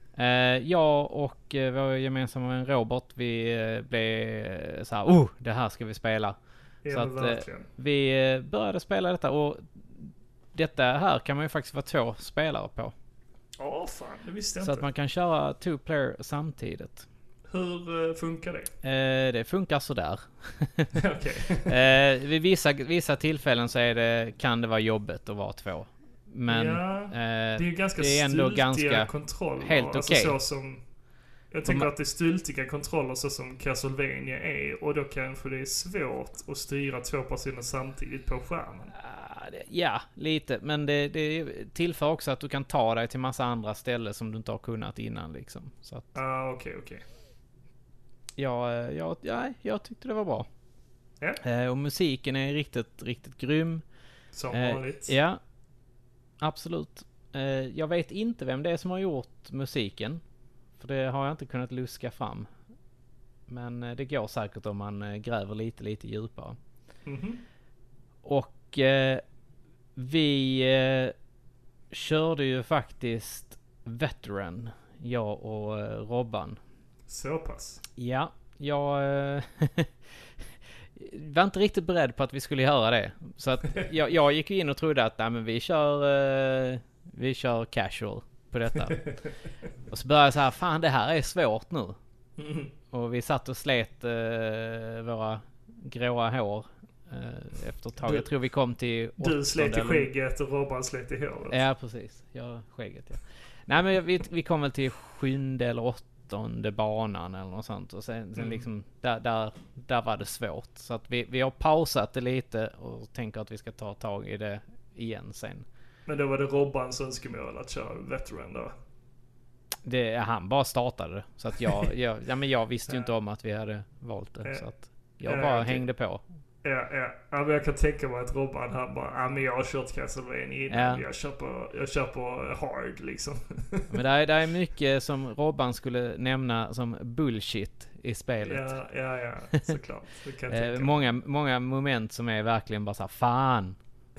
Jag och vår gemensamma vän Robert, vi blev så här, det här ska vi spela. Ja, så att vi började spela detta, och detta här kan man ju faktiskt vara 2 spelare på. Fan, det visste jag så inte. att man kan köra 2 player samtidigt. Hur funkar det? Det funkar sådär. Okej. Vid vissa tillfällen så kan det vara jobbigt att vara 2. Men det är ju ganska det är ändå ganska kontroller. Helt okej. Jag tänker att det är stultiga kontroller så som Castlevania är, och då kanske det är svårt att styra 2 personer samtidigt på skärmen. Ja, lite. Men det tillför också att du kan ta dig till massa andra ställen som du inte har kunnat innan liksom. Så att, okej. Jag tyckte det var bra. Ja. Och musiken är riktigt, riktigt grym. Som vanligt. Ja, absolut. Jag vet inte vem det är som har gjort musiken. För det har jag inte kunnat luska fram. Men det går säkert om man gräver lite djupare. Mhm. Och vi körde ju faktiskt Veteran, jag och Robban. Så pass. Ja, jag var inte riktigt beredd på att vi skulle göra det. Så att jag gick in och trodde att nej, men vi kör casual på detta. Och så började jag så här, fan det här är svårt nu. Och vi satt och slet våra gråa hår efter ett tag. Jag tror vi kom till du slet i skägget och Robban slet i håret. Ja, precis. Jag skägget, ja. Nej, men vi kom väl till 7:e eller 8:e banan eller något sånt. Och sen liksom, där var det svårt. Så att vi har pausat det lite och tänker att vi ska ta tag i det igen sen. Men då var det Robbans önskemål att köra Veteran då? Han bara startade. Så att jag visste ju inte om att vi hade valt det. Så att jag bara hängde på. Ja, men jag kan tänka mig att Robban han bara, men jag har kört Castlevania innan, jag kör på hard liksom. Men det är mycket som Robban skulle nämna som bullshit i spelet. Ja, såklart. Det kan jag tänka. Många moment som är verkligen bara så här, fan.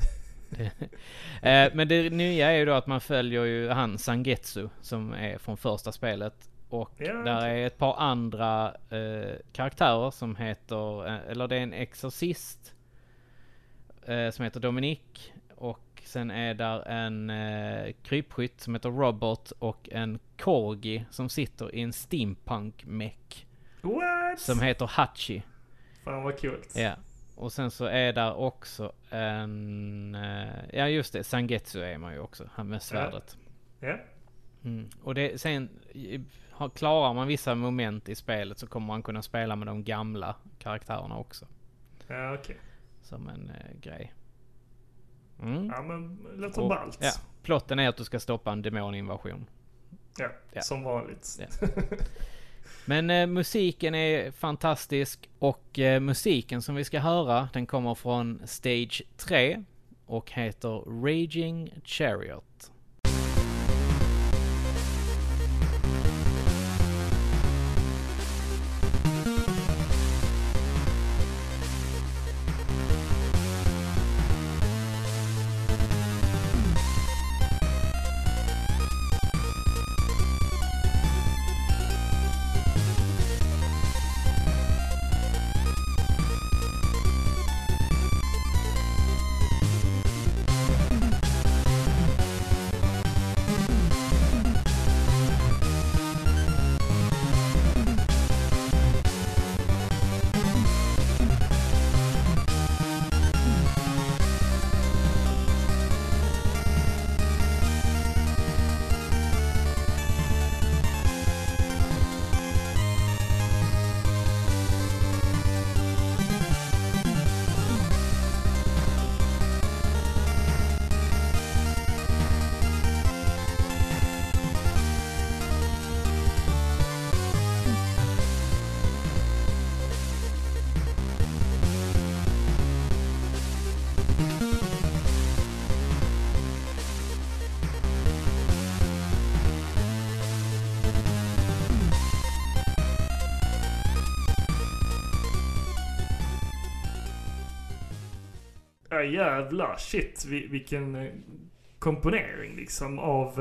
Men det nya är ju då att man följer ju han Zangetsu som är från första spelet. Och där är ett par andra karaktärer som heter, eller det är en exorcist som heter Dominic. Och sen är där en krypskytt som heter Robert och en corgi som sitter i en steampunk-mech. What? Som heter Hachi. Fan vad kul. Ja. Och sen så är där också en... ja just det, Zangetsu är man ju också. Han med svärdet. Ja. Och det, sen klarar man vissa moment i spelet så kommer man kunna spela med de gamla karaktärerna också. Ja, okej. Som en grej. Ja, men låter ballt. Ja, plotten är att du ska stoppa en demoninvasion. Ja, som vanligt. Ja. Men musiken är fantastisk och musiken som vi ska höra den kommer från Stage 3 och heter Raging Chariot. Ja jävlar, shit vilken komponering liksom av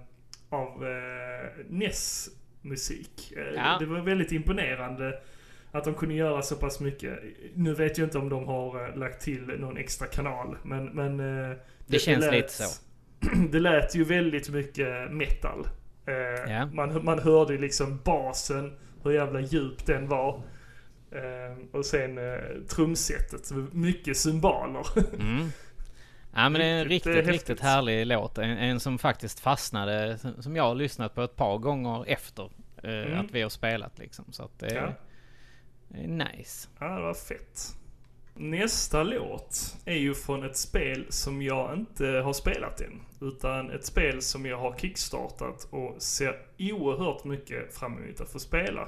NES-musik. Ja. Det var väldigt imponerande att de kunde göra så pass mycket. Nu vet jag inte om de har lagt till någon extra kanal, men det känns lite så. Det lät ju väldigt mycket metal. Ja. Man hörde liksom basen, hur jävla djup den var. Och sen trumsetet, mycket cymbaler. Ja, men det är en riktigt härlig låt. En som faktiskt fastnade, som jag har lyssnat på ett par gånger efter att vi har spelat liksom. Så att det är nice. Ja, det var fett. Nästa låt är ju från ett spel som jag inte har spelat än. Utan ett spel som jag har kickstartat och ser oerhört mycket fram emot att få spela.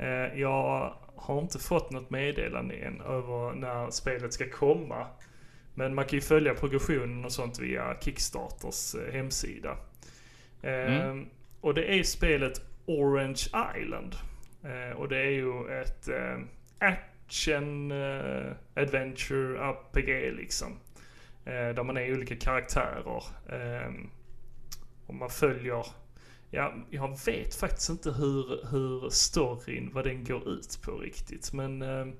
Jag har inte fått något meddelande än över när spelet ska komma. Men man kan ju följa progressionen och sånt via Kickstarters hemsida. Och det är spelet Orange Island. Och det är ju ett action adventure RPG liksom. Där man är olika karaktärer. Och man följer... Ja, jag vet faktiskt inte hur storyn, vad den går ut på riktigt. Men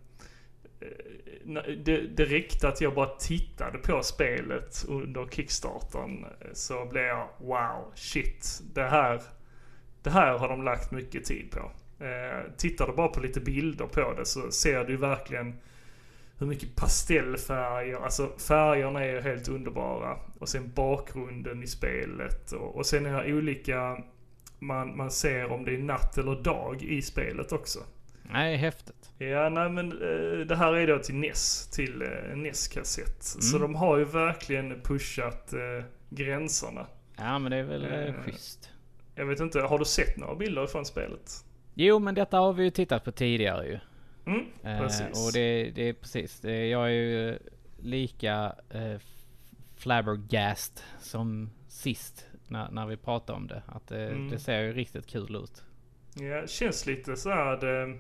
det räckte att jag bara tittade på spelet under Kickstartern, så blev jag wow, shit, det här har de lagt mycket tid på. Tittar du bara på lite bilder på det så ser du verkligen hur mycket pastellfärger, alltså färgerna är ju helt underbara. Och sen bakgrunden i spelet och sen är det olika, man ser om det är natt eller dag i spelet också. Nej, häftigt. Ja, nej men det här är då till NES, till NES-kassett. Så de har ju verkligen pushat gränserna. Ja, men det är väl schysst. Jag vet inte, har du sett några bilder från spelet? Jo, men detta har vi ju tittat på tidigare ju. Precis. Och det är precis. Jag är ju lika flabbergast som sist när vi pratade om det. Att det ser ju riktigt kul ut. Ja, känns lite så här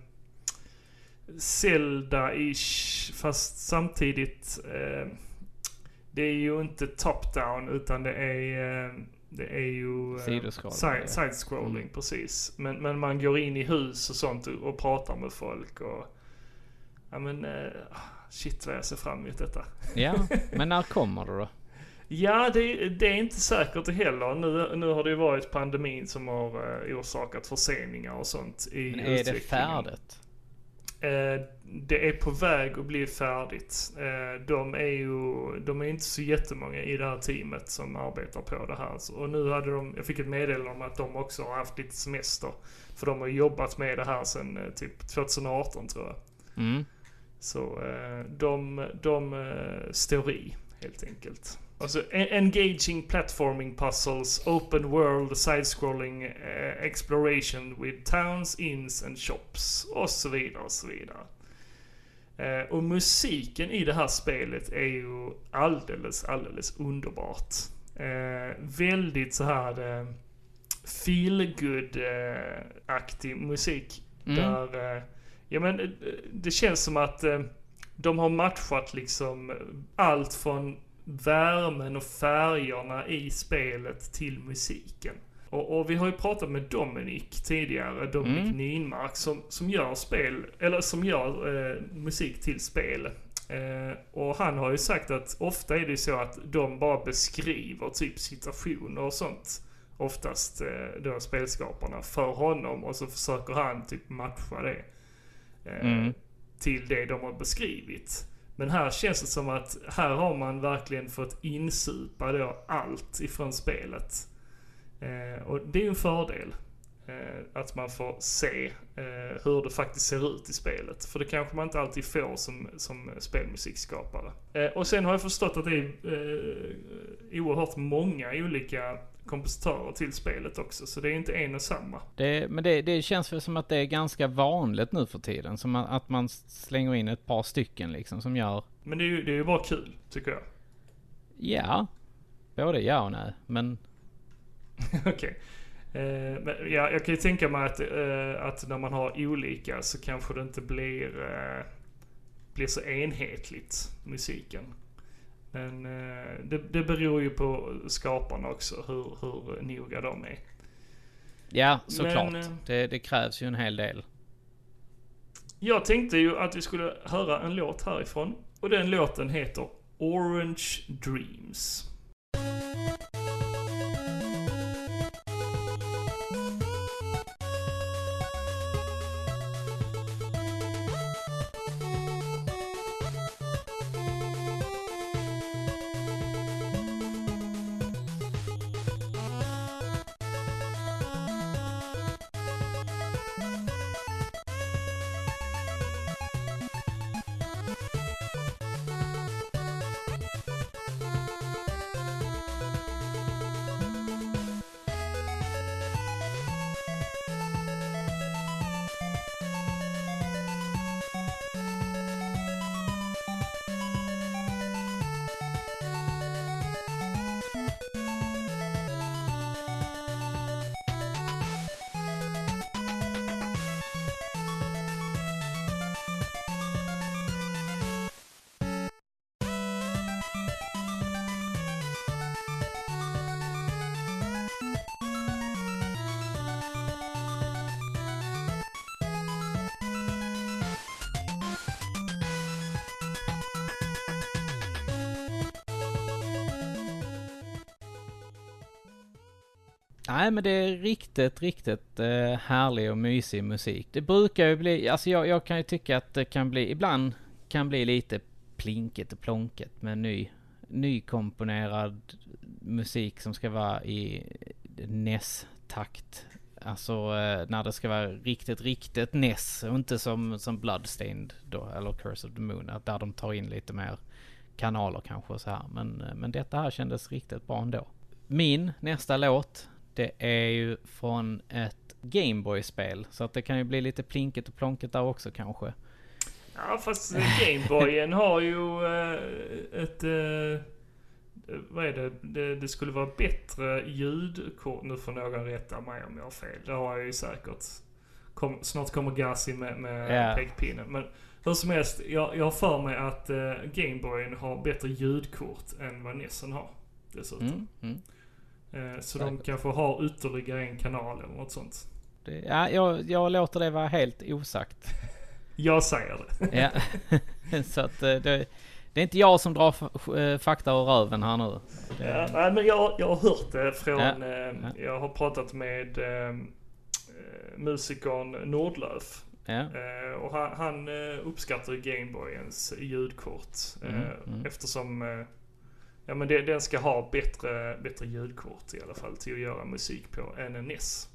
Zelda-ish, fast samtidigt det är ju inte top-down utan det är ju side-scrolling, precis. Men man går in i hus och sånt och pratar med folk och ja men shit vad jag ser fram emot detta. Ja, men när kommer det då? Ja, det är inte säkert heller. Nu har det ju varit pandemin som har orsakat förseningar och sånt i utvecklingen. Men är det färdigt? Det är på väg att bli färdigt. De är inte så jättemånga i det här teamet som arbetar på det här. Och nu jag fick ett meddelande om att de också har haft lite semester. För de har jobbat med det här sedan typ 2018 tror jag. Så de står i helt enkelt. Alltså engaging platforming puzzles, open world, side-scrolling exploration with towns, inns and shops och så vidare och så vidare. Och musiken i det här spelet är ju alldeles underbart. Väldigt så här feel-good-aktig musik. Där, ja men det känns som att de har matchat liksom allt från värmen och färgerna i spelet till musiken. Och vi har ju pratat med Dominic tidigare, Dominic Ninmark som gör spel, eller som gör musik till spel. Och han har ju sagt att ofta är det så att de bara beskriver typ situationer och sånt. Oftast då spelskaparna för honom och så försöker han typ matcha det till det de har beskrivit. Men här känns det som att här har man verkligen fått insupa då allt ifrån spelet. Och det är ju en fördel. Att man får se hur det faktiskt ser ut i spelet. För det kanske man inte alltid får som spelmusikskapare. Och sen har jag förstått att det är oerhört många olika kompositörer till spelet också. Så det är inte en och samma. Men det känns väl som att det är ganska vanligt nu för tiden. Som att man slänger in ett par stycken liksom som gör... Men det är ju bara kul, tycker jag. Ja. Både ja och nej. Men... Okej. Men ja, jag kan ju tänka mig att när man har olika så kanske det inte blir så enhetligt, musiken. Men det beror ju på skaparna också, hur noga de är. Ja, såklart. Det krävs ju en hel del. Jag tänkte ju att vi skulle höra en låt härifrån. Och den låten heter Orange Dreams. Nej, men det är riktigt härlig och mysig musik. Det brukar ju bli, alltså jag kan ju tycka att det ibland kan bli lite plinket och plonket med nykomponerad musik som ska vara i NES-takt. Alltså när det ska vara riktigt NES och inte som Bloodstained då, eller Curse of the Moon, där de tar in lite mer kanaler kanske och så här. Men detta här kändes riktigt bra ändå. Min nästa låt, det är ju från ett Gameboy-spel. Så att det kan ju bli lite plinket och plonket där också kanske. Ja, fast Gameboyen har ju vad är det? Det skulle vara bättre ljudkort. Nu får någon rätta mig om jag har fel. Det har jag ju säkert. Snart kommer Gassi med pekpinnen. Men hur som helst, jag har för mig att Gameboyen har bättre ljudkort än vad Nessen har. Dessutom. Så de kanske har ytterligare en kanal eller något sånt. Jag låter det vara helt osagt. Jag säger det. Ja. Så att det är inte jag som drar fakta ur röven här nu. Nej, men jag har hört det från... Jag har pratat med musikern Nordlöf. Och han uppskattar Gameboyens ljudkort. Eftersom... Ja, men den ska ha bättre ljudkort i alla fall till att göra musik på än en NES.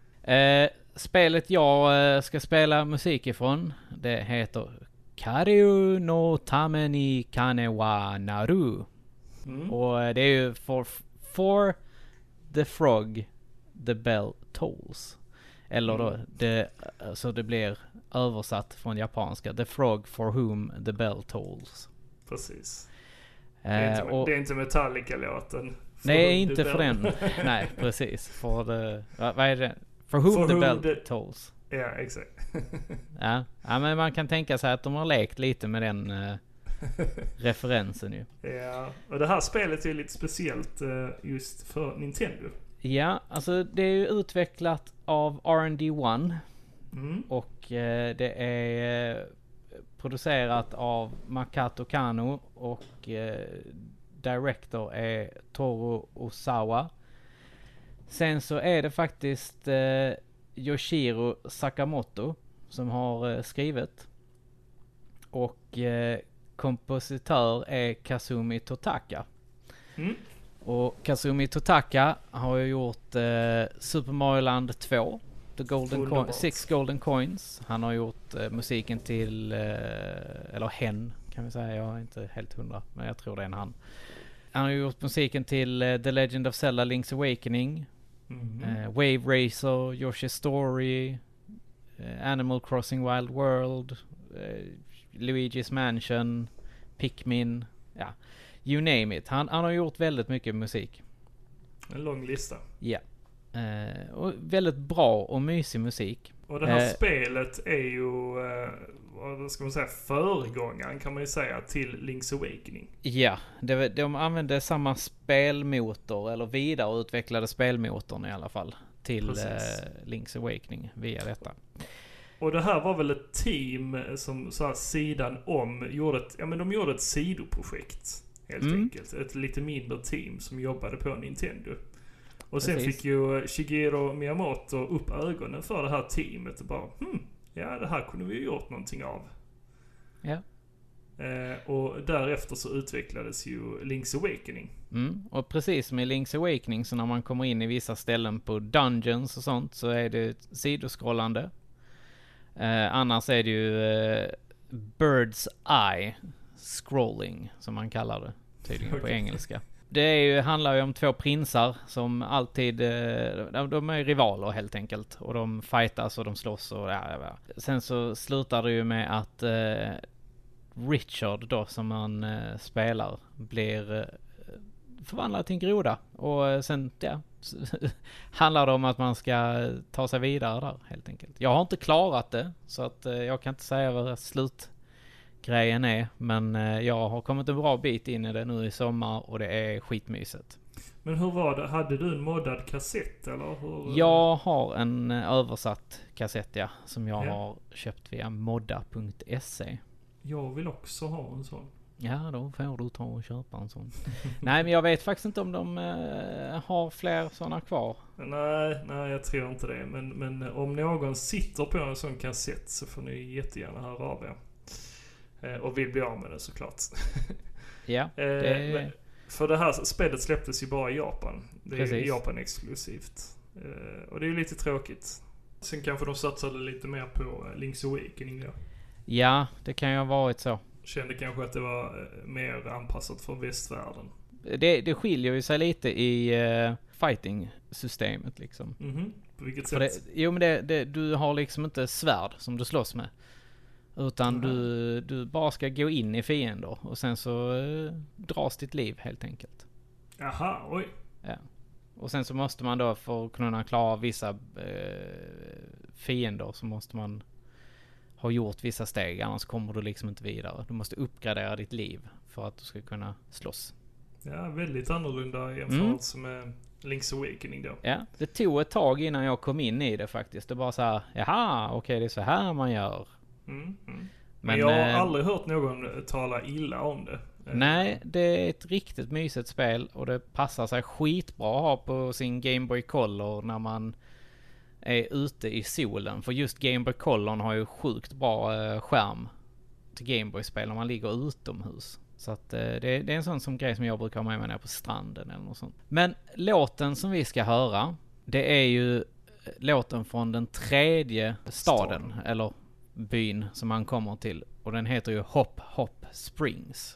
Spelet jag ska spela musik ifrån, det heter Karyu no Tame ni Kane wa Naru. Och det är ju for the frog the bell tolls. Eller då, så det blir översatt från japanska. The frog for whom the bell tolls. Precis. Det är inte Metallica-låten. Nej, inte för den. Nej, precis. Vad är det? For whom the bell tolls. Ja, exakt. Ja, men man kan tänka sig att de har lekt lite med den referensen ju. Ja, och det här spelet är lite speciellt just för Nintendo. Ja, alltså det är ju utvecklat av R&D 1. Och det är producerat av Makoto Kano och director är Toru Osawa. Sen så är det faktiskt Yoshiro Sakamoto som har skrivit. Och kompositör är Kazumi Totaka. Och Kazumi Totaka har ju gjort Super Mario Land 2. Six Golden Coins. Han har gjort musiken till, eller hen kan vi säga, jag är inte helt 100, men jag tror det är en han. Han har gjort musiken till The Legend of Zelda Link's Awakening, Wave Racer, Yoshi's Story, Animal Crossing Wild World, Luigi's Mansion, Pikmin, ja, you name it. Han har gjort väldigt mycket musik. En lång lista. Ja. Och väldigt bra och mysig musik. Och det här spelet är ju, vad ska man säga, föregångaren kan man ju säga till Link's Awakening. Ja, de använde samma spelmotor, eller vidareutvecklade spelmotorn i alla fall, till Link's Awakening via detta. Och det här var väl ett team som så här sidan om de gjorde ett sidoprojekt helt enkelt. Ett lite mindre team som jobbade på Nintendo. Och sen fick ju Shigeru Miyamoto upp ögonen för det här teamet och bara, det här kunde vi ju gjort någonting av. Ja. Och därefter så utvecklades ju Link's Awakening. Och precis med Link's Awakening, så när man kommer in i vissa ställen på dungeons och sånt, så är det sidoskrollande. Annars är det ju Bird's Eye scrolling, som man kallar det tydligen på engelska. Det handlar ju om två prinsar som alltid, de är rivaler helt enkelt. Och de fightas och de slåss och Sen så slutar det ju med att Richard då, som man spelar, blir förvandlad till en groda. Och sen, handlar det om att man ska ta sig vidare där helt enkelt. Jag har inte klarat det, så att jag kan inte säga vad slutgrejen är, men jag har kommit en bra bit in i det nu i sommar och det är skitmysigt. Men hur var det? Hade du en moddad kassett eller hur? Jag har en översatt kassett, som jag har köpt via modda.se. Jag vill också ha en sån. Ja, då får du ta och köpa en sån. Nej, men jag vet faktiskt inte om de har fler sådana kvar. Nej, jag tror inte det. Men om någon sitter på en sån kassett så får ni jättegärna höra av er. Och vill bli av med det såklart. Ja, men för det här spelet släpptes ju bara i Japan. Det är Japan exklusivt. Och det är ju lite tråkigt. Sen kanske de satsade lite mer på Link's Awakening då. Ja, det kan ju ha varit så. Kände kanske att det var mer anpassat för västvärlden. Det skiljer ju sig lite i fighting-systemet liksom. På vilket sätt? Du har liksom inte svärd som du slåss med. Utan du bara ska gå in i fiender och sen så dras ditt liv helt enkelt. Jaha, oj. Ja. Och sen så måste man då, för att kunna klara vissa fiender, så måste man ha gjort vissa steg. Annars kommer du liksom inte vidare. Du måste uppgradera ditt liv för att du ska kunna slåss. Ja, väldigt annorlunda jämfört med Link's Awakening då. Ja, det tog ett tag innan jag kom in i det faktiskt. Det bara så här, jaha, okej, det är så här man gör. Men jag har aldrig hört någon tala illa om det. Nej, det är ett riktigt mysigt spel och det passar sig skitbra att ha på sin Game Boy Color när man är ute i solen. För just Game Boy Color har ju sjukt bra skärm till Game Boy-spel när man ligger utomhus. Så att det är en sån som grej som jag brukar ha med mig ner på stranden eller något sånt. Men låten som vi ska höra, det är ju låten från den tredje staden. Eller byn som man kommer till. Och den heter ju Hop Hop Springs.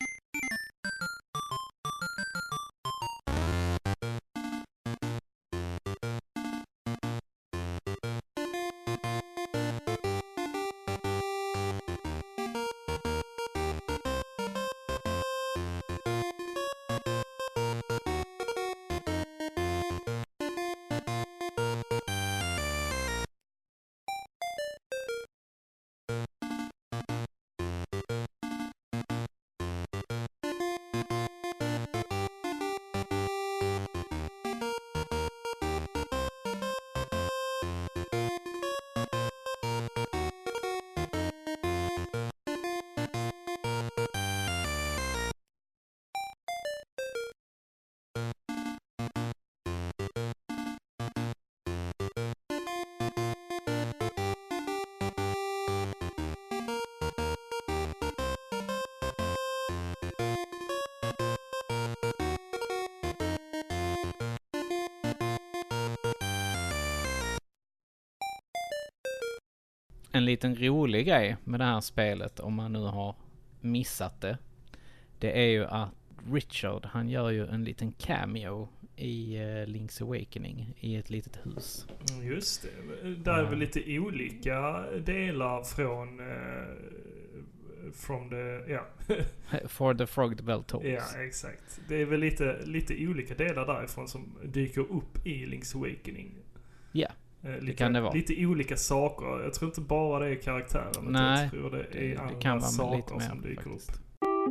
En liten rolig grej med det här spelet, om man nu har missat det, det är ju att Richard, han gör ju en liten cameo i Link's Awakening i ett litet hus. Just det. Där är väl lite olika delar från from the, ja. For the Frog the Bell Tolls. Ja, exakt. Det är väl lite olika delar därifrån som dyker upp i Link's Awakening. Ja. Det kan det vara. Lite olika saker. Jag tror inte bara det är karaktären. Nej, jag tror det är andra kan saker lite mer, som dyker faktiskt. upp.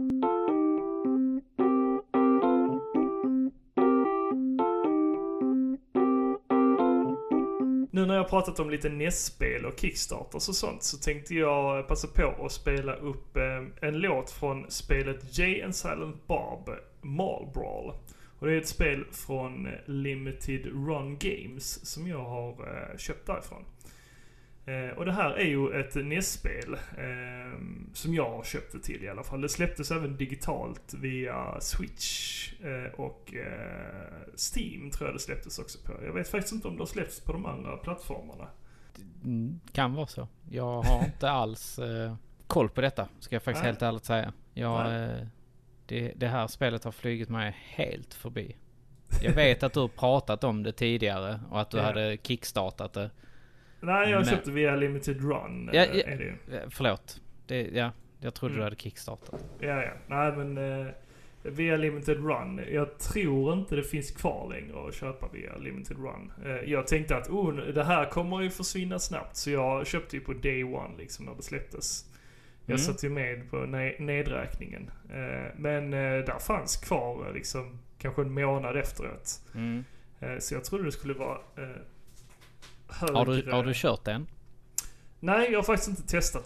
Nu när jag har pratat om lite NES-spel och Kickstarters och sånt, så tänkte jag passa på att spela upp en låt från spelet Jay and Silent Bob Mall Brawl. Och det är ett spel från Limited Run Games som jag har köpt därifrån. Och det här är ju ett NES-spel som jag har köpt det till i alla fall. Det släpptes även digitalt via Switch och Steam tror jag det släpptes också på. Jag vet faktiskt inte om det har släppts på de andra plattformarna. Kan vara så. Jag har inte alls koll på detta, ska jag faktiskt helt ärligt säga. Det här spelet har flugit mig helt förbi. Jag vet att du har pratat om det tidigare och att du hade kickstartat det. Nej, jag köpte via Limited Run. Är det. Förlåt. Jag trodde du hade kickstartat. Ja. Nej, men via Limited Run. Jag tror inte det finns kvar längre att köpa via Limited Run. Jag tänkte att det här kommer ju försvinna snabbt. Så jag köpte ju på Day One liksom när det släpptes. Jag satt ju med på nedräkningen. Men där fanns kvar liksom kanske en månad efteråt. Så jag trodde det skulle vara högre. Har du kört den? Nej, jag har faktiskt inte testat den.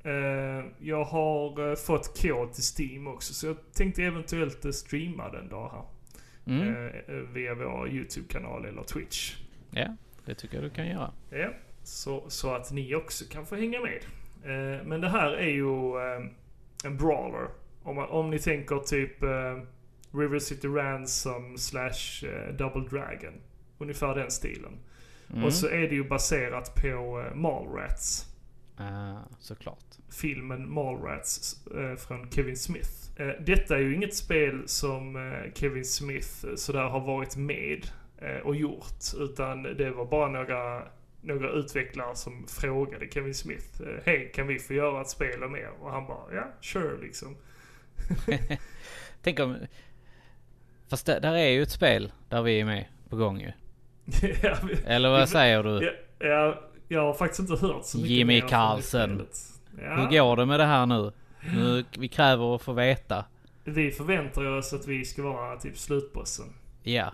Jag har fått kod till Steam också, så jag tänkte eventuellt streama den dag här. Via vår YouTube-kanal eller Twitch. Ja, det tycker jag du kan göra. Ja, så att ni också kan få hänga med. Men det här är ju en brawler. Om ni tänker typ River City Ransom / Double Dragon. Ungefär den stilen. Och så är det ju baserat på Mallrats. Såklart. Filmen Mallrats från Kevin Smith. Detta är ju inget spel som Kevin Smith sådär har varit med och gjort. Utan det var bara några utvecklare som frågade Kevin Smith. Hej, kan vi få göra ett spel om er? Och han bara, ja, sure liksom. Tänk om... Fast där är ju ett spel där vi är med på gång ju. Ja, eller vad säger du? Ja, jag har faktiskt inte hört så mycket Jimmy mer Carlsen. Ja. Hur går det med det här nu? Vi kräver att få veta. Vi förväntar oss att vi ska vara typ slutbossen. Ja.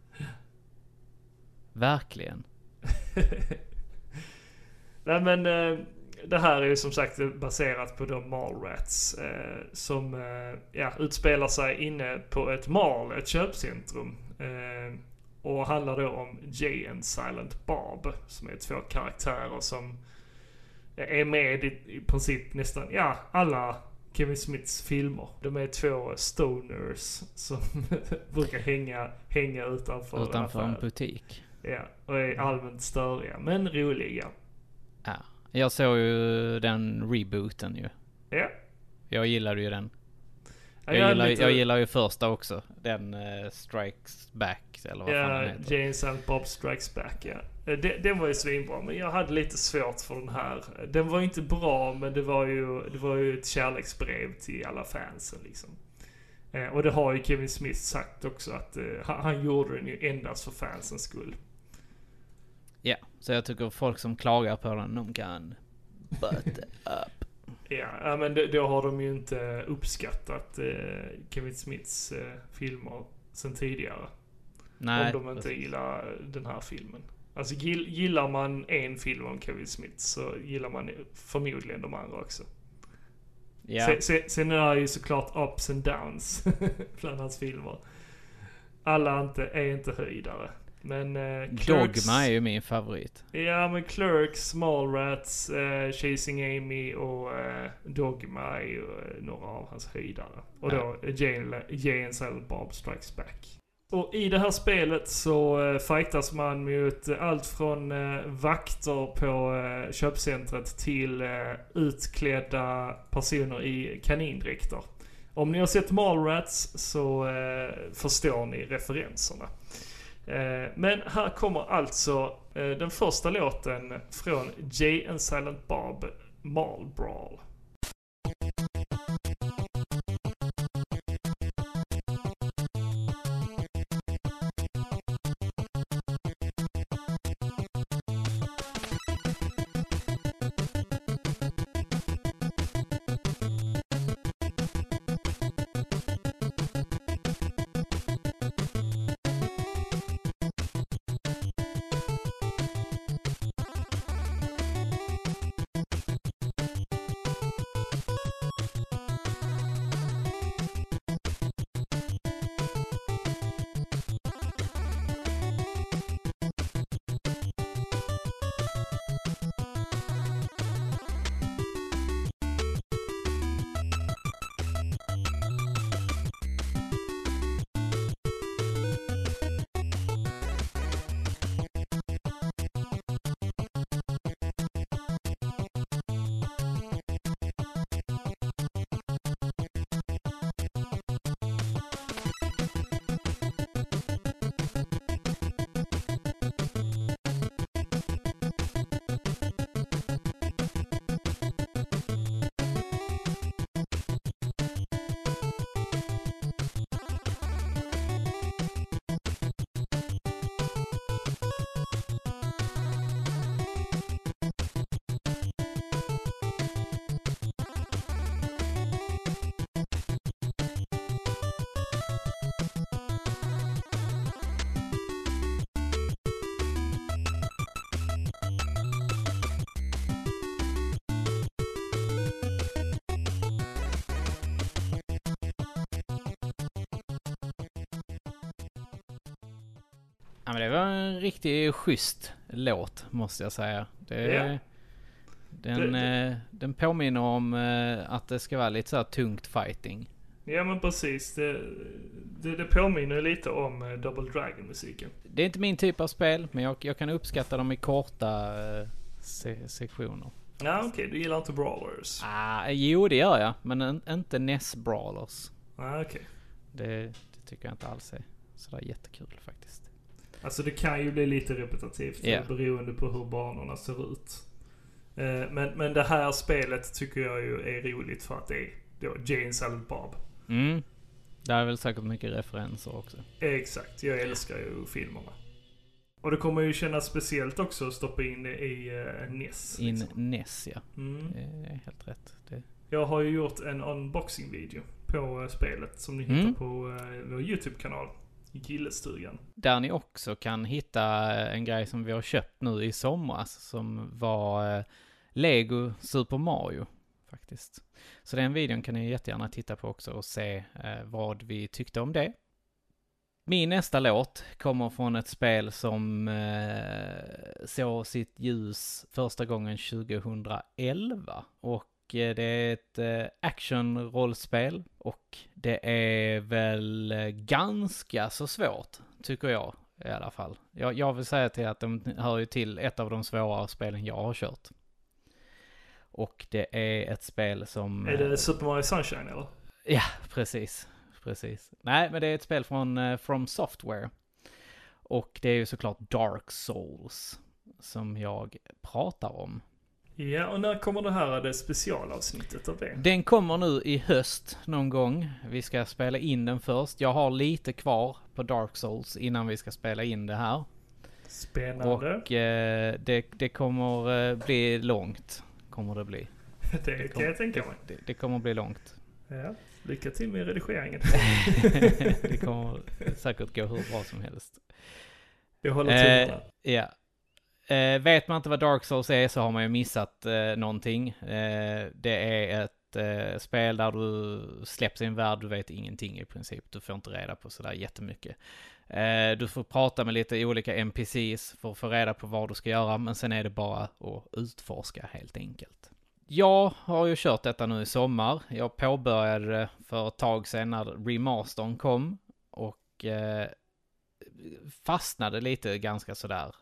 Verkligen. Nej men det här är ju som sagt baserat på de Mallrats som utspelar sig inne på ett mall, ett köpcentrum. Och handlar då om Jay and Silent Bob, som är två karaktärer som är med i princip nästan alla Kevin Smiths filmer. De är två stoners som brukar hänga utanför en butik. Ja, och är allmänt störiga, men roliga. Ja, jag såg ju den rebooten ju. Ja. Jag gillade ju den. Jag gillar ju första också. Den Strikes Back, eller vad fan den heter. Jay and Silent Bob Strikes Back, ja. Den var ju svinbra, men jag hade lite svårt för den här. Den var ju inte bra, men det var ju ett kärleksbrev till alla fansen liksom. Och det har ju Kevin Smith sagt också, att han gjorde den ju endast för fansens skull. Ja, så jag tycker folk som klagar på den, de kan butt up. Ja, men då har de ju inte uppskattat Kevin Smiths filmer sen tidigare. Nej. Om de inte gillar den här filmen. Alltså gillar man en film om Kevin Smith så gillar man förmodligen de andra också. Ja. Sen är det ju såklart ups and downs bland hans filmer. Alla är inte höjdare. Men Clerks, Dogma är ju min favorit. Ja, men Clerks, Mallrats, Chasing Amy och Dogma är ju några av hans höjdare. Och då Jay and Silent Bob Strikes Back. Och i det här spelet så fightas man mot allt från vakter på köpcentret till utklädda personer i kanindräkter. Om ni har sett Mallrats så förstår ni referenserna. Men här kommer alltså den första låten från Jay and Silent Bob, Mall Brawl. Ja, men det var en riktigt schysst låt, måste jag säga. Den påminner om att det ska vara lite så här tungt fighting. Ja, men precis. Det påminner lite om Double Dragon-musiken. Det är inte min typ av spel, men jag kan uppskatta dem i korta sektioner. Ja, okej. Du gillar inte brawlers? Jo, det gör jag. Men inte NES brawlers. Okej. Det tycker jag inte alls är sådär jättekul faktiskt. Alltså det kan ju bli lite repetitivt beroende på hur banorna ser ut. Men det här spelet tycker jag ju är roligt för att det är då Jay and Silent Bob. Det är väl säkert mycket referenser också. Exakt, jag älskar ju filmerna. Och det kommer ju kännas speciellt också att stoppa in det i NES. NES, ja. Det är helt rätt. Jag har ju gjort en unboxing-video på spelet som ni hittar på vår YouTube-kanal. I Gillestugan. Där ni också kan hitta en grej som vi har köpt nu i somras. Som var Lego Super Mario. Faktiskt. Så den videon kan ni jättegärna titta på också och se vad vi tyckte om det. Min nästa låt kommer från ett spel som såg sitt ljus första gången 2011. Och det är ett action-rollspel och det är väl ganska så svårt, tycker jag i alla fall. Jag vill säga till att de hör ju till ett av de svårare spelen jag har kört. Och det är ett spel som... Är det Super Mario Sunshine eller? Ja, precis. Nej, men det är ett spel från From Software. Och det är ju såklart Dark Souls som jag pratar om. Ja, och när kommer det specialavsnittet av det? Den kommer nu i höst någon gång. Vi ska spela in den först. Jag har lite kvar på Dark Souls innan vi ska spela in det här. Spännande. Och det kommer bli långt. Kommer det bli. Det kan jag tänka mig. Det kommer bli långt. Ja, lycka till med redigeringen. Det kommer säkert gå hur bra som helst. Jag håller tummarna. Ja. Vet man inte vad Dark Souls är så har man ju missat någonting. Det är ett spel där du släpps i en värld, du vet ingenting i princip. Du får inte reda på sådär jättemycket. Du får prata med lite olika NPCs för att få reda på vad du ska göra, men sen är det bara att utforska helt enkelt. Jag har ju kört detta nu i sommar. Jag påbörjade det för ett tag sedan när remastern kom och fastnade lite ganska sådär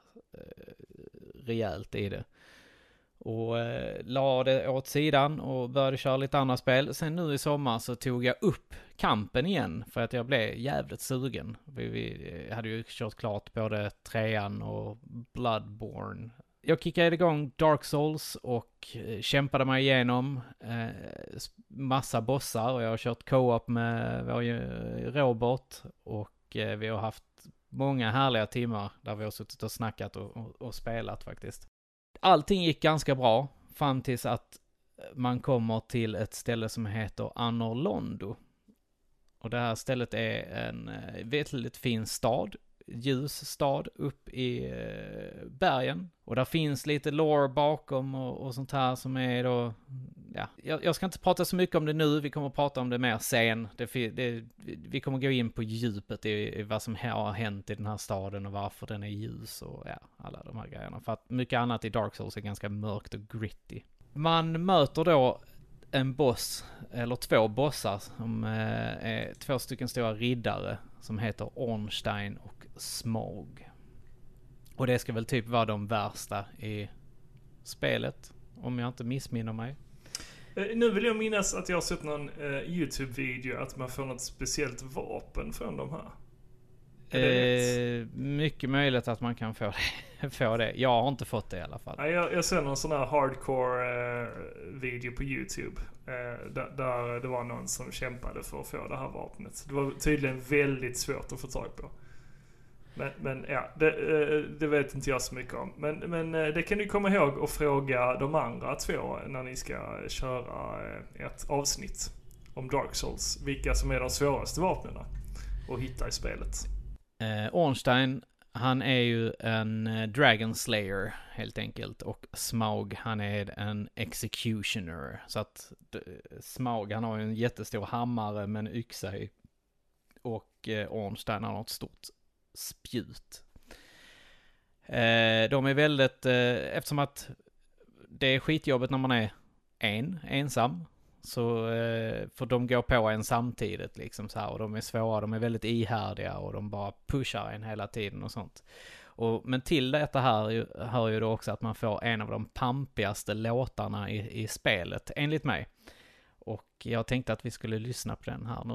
rejält i det. Och la det åt sidan och började köra lite andra spel. Sen nu i sommar så tog jag upp kampen igen för att jag blev jävligt sugen. Vi hade ju kört klart både 3:an och Bloodborne. Jag kickade igång Dark Souls och kämpade mig igenom massa bossar. Och jag har kört co-op med vår robot och vi har haft många härliga timmar där vi har suttit och snackat och spelat faktiskt. Allting gick ganska bra fram tills att man kommer till ett ställe som heter Anor Londo. Och det här stället är en väldigt fin stad, ljus stad upp i bergen. Och där finns lite lore bakom och sånt här som är då... Ja, jag ska inte prata så mycket om det nu, vi kommer att prata om det mer sen. Vi kommer gå in på djupet i vad som har hänt i den här staden och varför den är ljus och ja, alla de här grejerna. För att mycket annat i Dark Souls är ganska mörkt och gritty. Man möter då en boss, eller 2 bossar som är 2 stycken stora riddare som heter Ornstein och Smaug. Och det ska väl typ vara de värsta i spelet, om jag inte missminner mig. Nu vill jag minnas att jag har sett någon YouTube-video att man får något speciellt vapen från de här. Mycket möjligt att man kan få det. Jag har inte fått det i alla fall. Ja, jag ser någon sån här hardcore video på YouTube. Där det var någon som kämpade för att få det här vapnet. Det var tydligen väldigt svårt att få tag på. Men ja, det vet inte jag så mycket om. Men det kan ni komma ihåg och fråga de andra 2 när ni ska köra ett avsnitt om Dark Souls. Vilka som är de svåraste vapnen att hitta i spelet. Ornstein, han är ju en Dragon Slayer helt enkelt. Och Smaug, han är en Executioner. Så att Smaug, han har ju en jättestor hammare med en yxa i. Och Ornstein har ett stort spjut. De är väldigt, eftersom att det är skitjobbet när man är ensam, så får de gå på en samtidigt liksom så här, och de är svåra, de är väldigt ihärdiga och de bara pushar en hela tiden och sånt. Men till detta här hör ju då också att man får en av de pampigaste låtarna i spelet, enligt mig. Och jag tänkte att vi skulle lyssna på den här nu.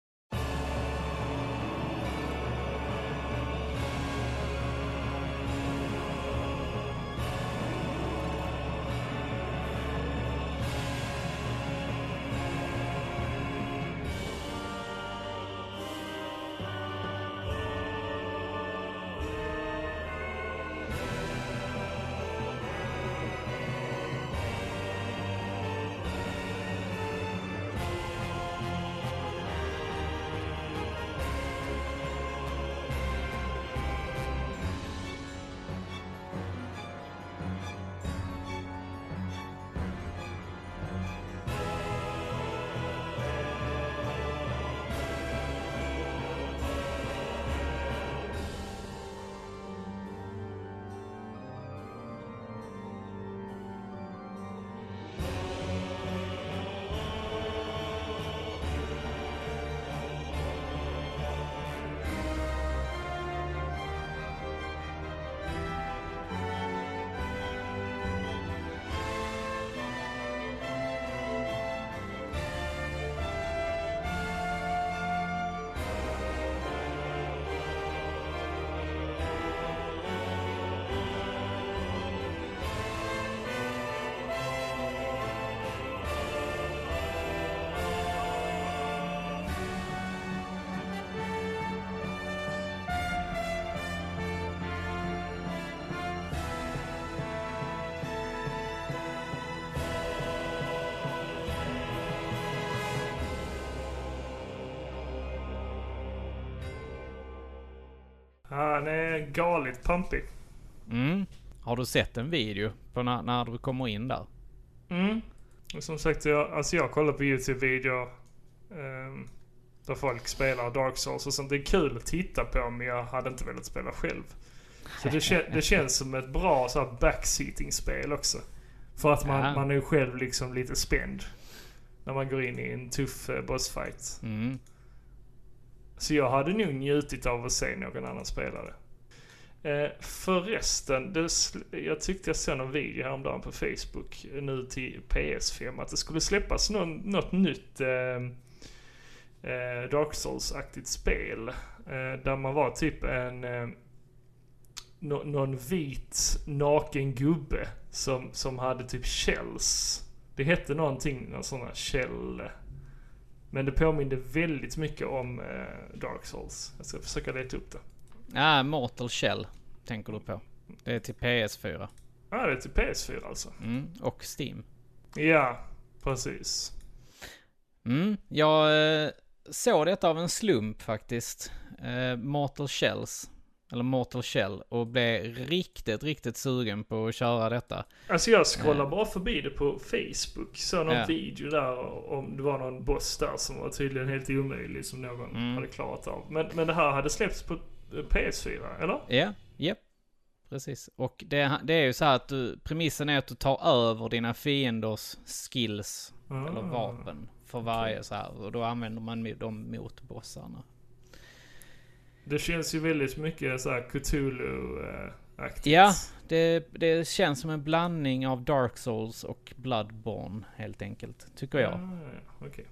Han är galet pampig. Har du sett en video på när du kommer in där? Som sagt, jag kollar på YouTube-videor där folk spelar Dark Souls och sånt. Det är kul att titta på, men jag hade inte velat spela själv. Så det känns som ett bra så här backseating-spel också. För att man är ju själv liksom lite spänd när man går in i en tuff bossfight. Så jag hade nog njutit av att se någon annan spelare. Förresten, jag tyckte jag såg någon video häromdagen på Facebook nu till PS5 att det skulle släppas något nytt Dark Souls-aktigt spel. Där man var typ någon vit naken gubbe som hade typ shells. Det hette någon sån här shell. Men det påminner väldigt mycket om Dark Souls. Jag ska försöka leta upp det. Mortal Shell tänker du på. Det är till PS4. Det är till PS4 alltså. Och Steam. Ja, precis. Jag såg detta av en slump faktiskt. Mortal Shell, och blev riktigt sugen på att köra detta. Alltså jag scrollar bara förbi det på Facebook. Så någon video där om det var någon boss där som var tydligen helt omöjlig som någon hade klarat av. Men det här hade släppts på PS4, eller? Ja, yep. Precis. Och det är ju så här att premissen är att du tar över dina fienders skills eller vapen för varje så här. Och då använder man dem mot bossarna. Det känns ju väldigt mycket så här Cthulhu-aktigt. Ja, det känns som en blandning av Dark Souls och Bloodborne helt enkelt, tycker jag. Okej.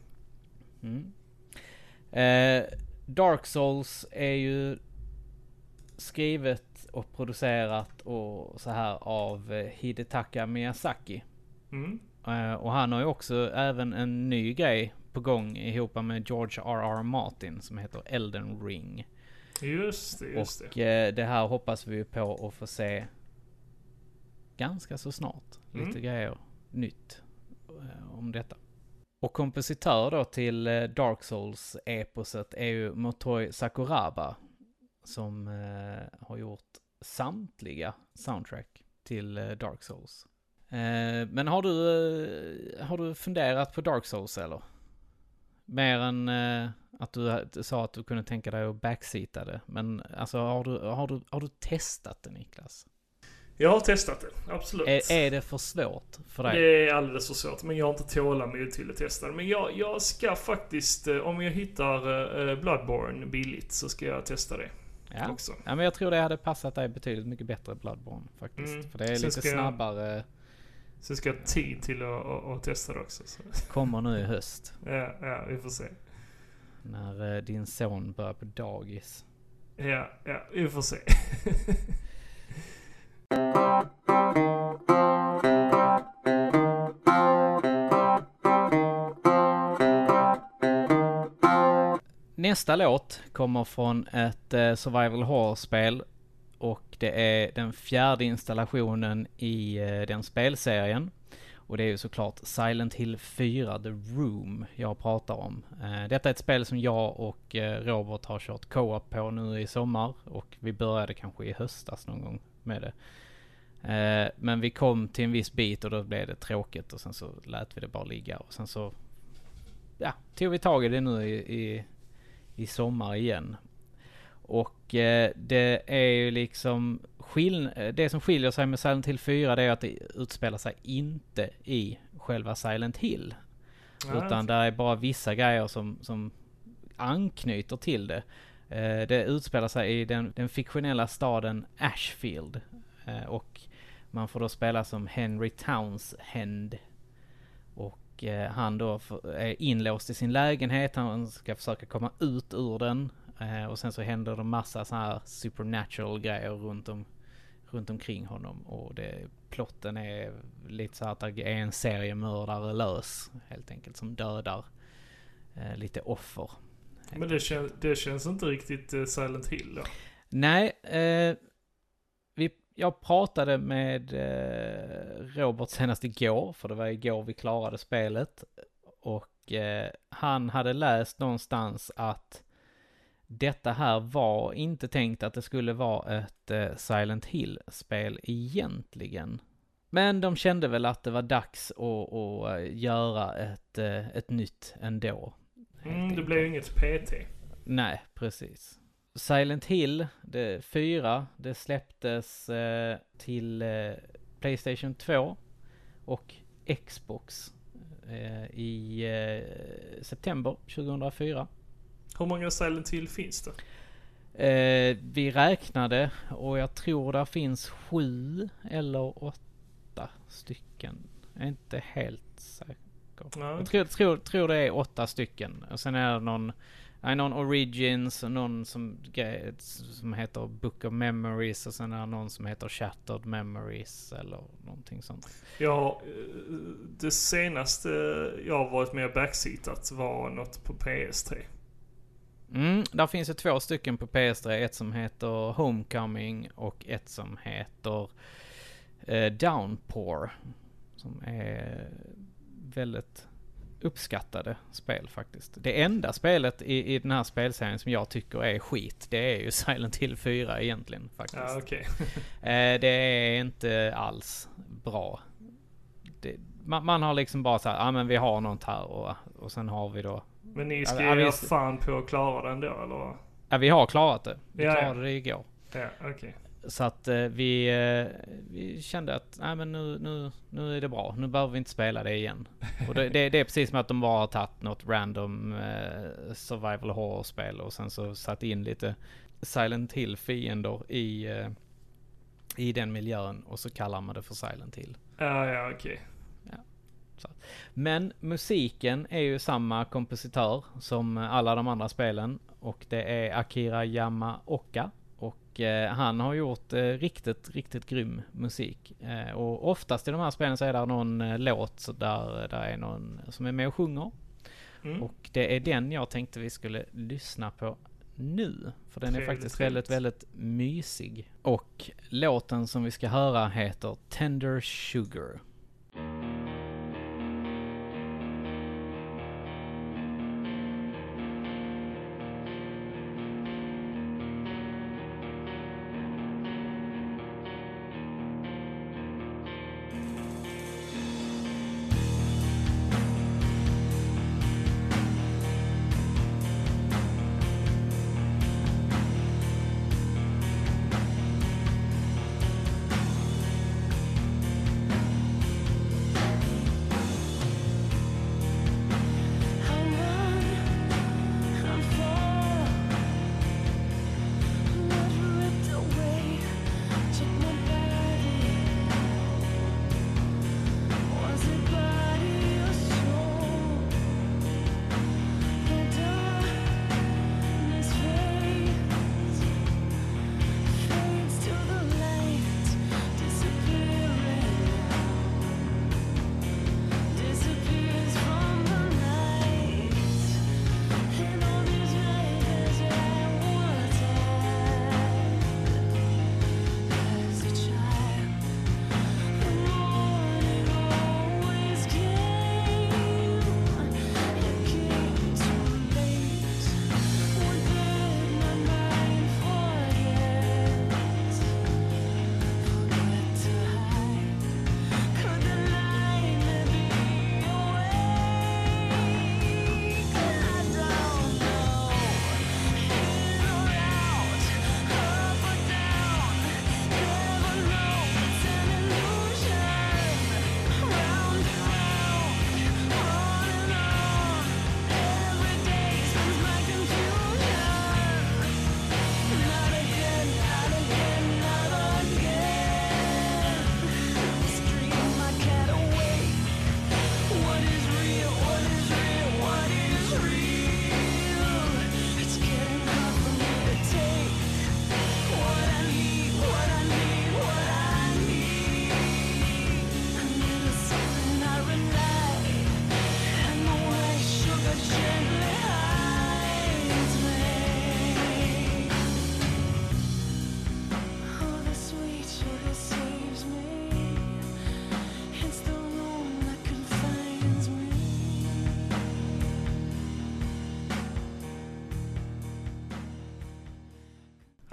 Dark Souls är ju skrivet och producerat och så här av Hidetaka Miyazaki. Och han har ju också även en ny grej på gång ihop med George R.R. Martin som heter Elden Ring. Just det. Och det här hoppas vi på att få se ganska så snart. Lite grejer nytt om detta. Och kompositör då till Dark Souls-eposet är ju Motoi Sakuraba som har gjort samtliga soundtrack till Dark Souls. Men har du funderat på Dark Souls eller? Mer än Att du sa att du kunde tänka dig att backseata det. Men alltså har du testat det, Niklas? Jag har testat det, absolut. Är det för svårt för dig? Det är alldeles för svårt, men jag har inte tålamod till att testa det. Men jag ska faktiskt, om jag hittar Bloodborne billigt så ska jag testa det också. Ja, men jag tror det hade passat dig betydligt mycket bättre Bloodborne faktiskt. För det är sen lite snabbare. Så ska jag ha tid till att testa det också. Så. Kommer nu i höst. Ja, vi får se. När din son börjar på dagis. Ja, vi får se. Nästa låt kommer från ett survival horror-spel och det är den 4:e installationen i den spelserien. Och det är ju såklart Silent Hill 4 The Room jag pratar om. Detta är ett spel som jag och Robert har kört co-op på nu i sommar och vi började kanske i höstas någon gång med det. Men vi kom till en viss bit och då blev det tråkigt och sen så lät vi det bara ligga och sen så tog vi tag i det nu i sommar igen. Och det är ju liksom det som skiljer sig med Silent Hill 4 det är att det utspelar sig inte i själva Silent Hill. Utan det är bara vissa grejer som anknyter till det. Det utspelar sig i den fiktionella staden Ashfield. Och man får då spela som Henry Townshend. Och han då är inlåst i sin lägenhet. Han ska försöka komma ut ur den. Och sen så händer det massa så här supernatural grejer runt omkring honom. Och plotten är lite så att det är en seriemördare lös helt enkelt som dödar lite offer. Men det känns inte riktigt Silent Hill då? Nej, jag pratade med Robert senast igår, för det var igår vi klarade spelet. Och han hade läst någonstans att detta här var inte tänkt att det skulle vara ett Silent Hill-spel egentligen. Men de kände väl att det var dags att göra ett nytt ändå. Det blev inget PT. Nej, precis. Silent Hill 4, det släpptes till PlayStation 2 och Xbox i september 2004. Hur många Silent Hill finns det? Vi räknade och jag tror det finns 7 eller 8 stycken. Jag är inte helt säker. Nej. Jag tror det är 8 stycken. Och sen är det någon Origins och någon som heter Book of Memories och sen är det någon som heter Shattered Memories eller någonting sånt. Ja, det senaste jag har varit med och backseatat var något på PS3. Där finns ju 2 stycken på PS3. Ett som heter Homecoming och ett som heter Downpour. Som är väldigt uppskattade spel faktiskt. Det enda spelet i den här spelserien som jag tycker är skit, det är ju Silent Hill 4 egentligen faktiskt. Ja, okej. Det är inte alls bra. Man har liksom bara sagt, men vi har något här och sen har vi då. Men ni ska ge fan på att klara den då, eller? Ja, vi har klarat det. Vi klarade det igår. Ja, okej. Så att vi kände att men nu är det bra. Nu behöver vi inte spela det igen. Och det är precis som att de bara har tagit något random survival horror-spel och sen så satt in lite Silent Hill-fiender i den miljön och så kallar man det för Silent Hill. Ja, okej. Men musiken är ju samma kompositör som alla de andra spelen och det är Akira Yamaoka. Och han har gjort riktigt grym musik. Och oftast i de här spelen så är det någon låt där är någon som är med och sjunger. Och det är den jag tänkte vi skulle lyssna på nu. För den är faktiskt väldigt mysig. Och låten som vi ska höra heter Tender Sugar.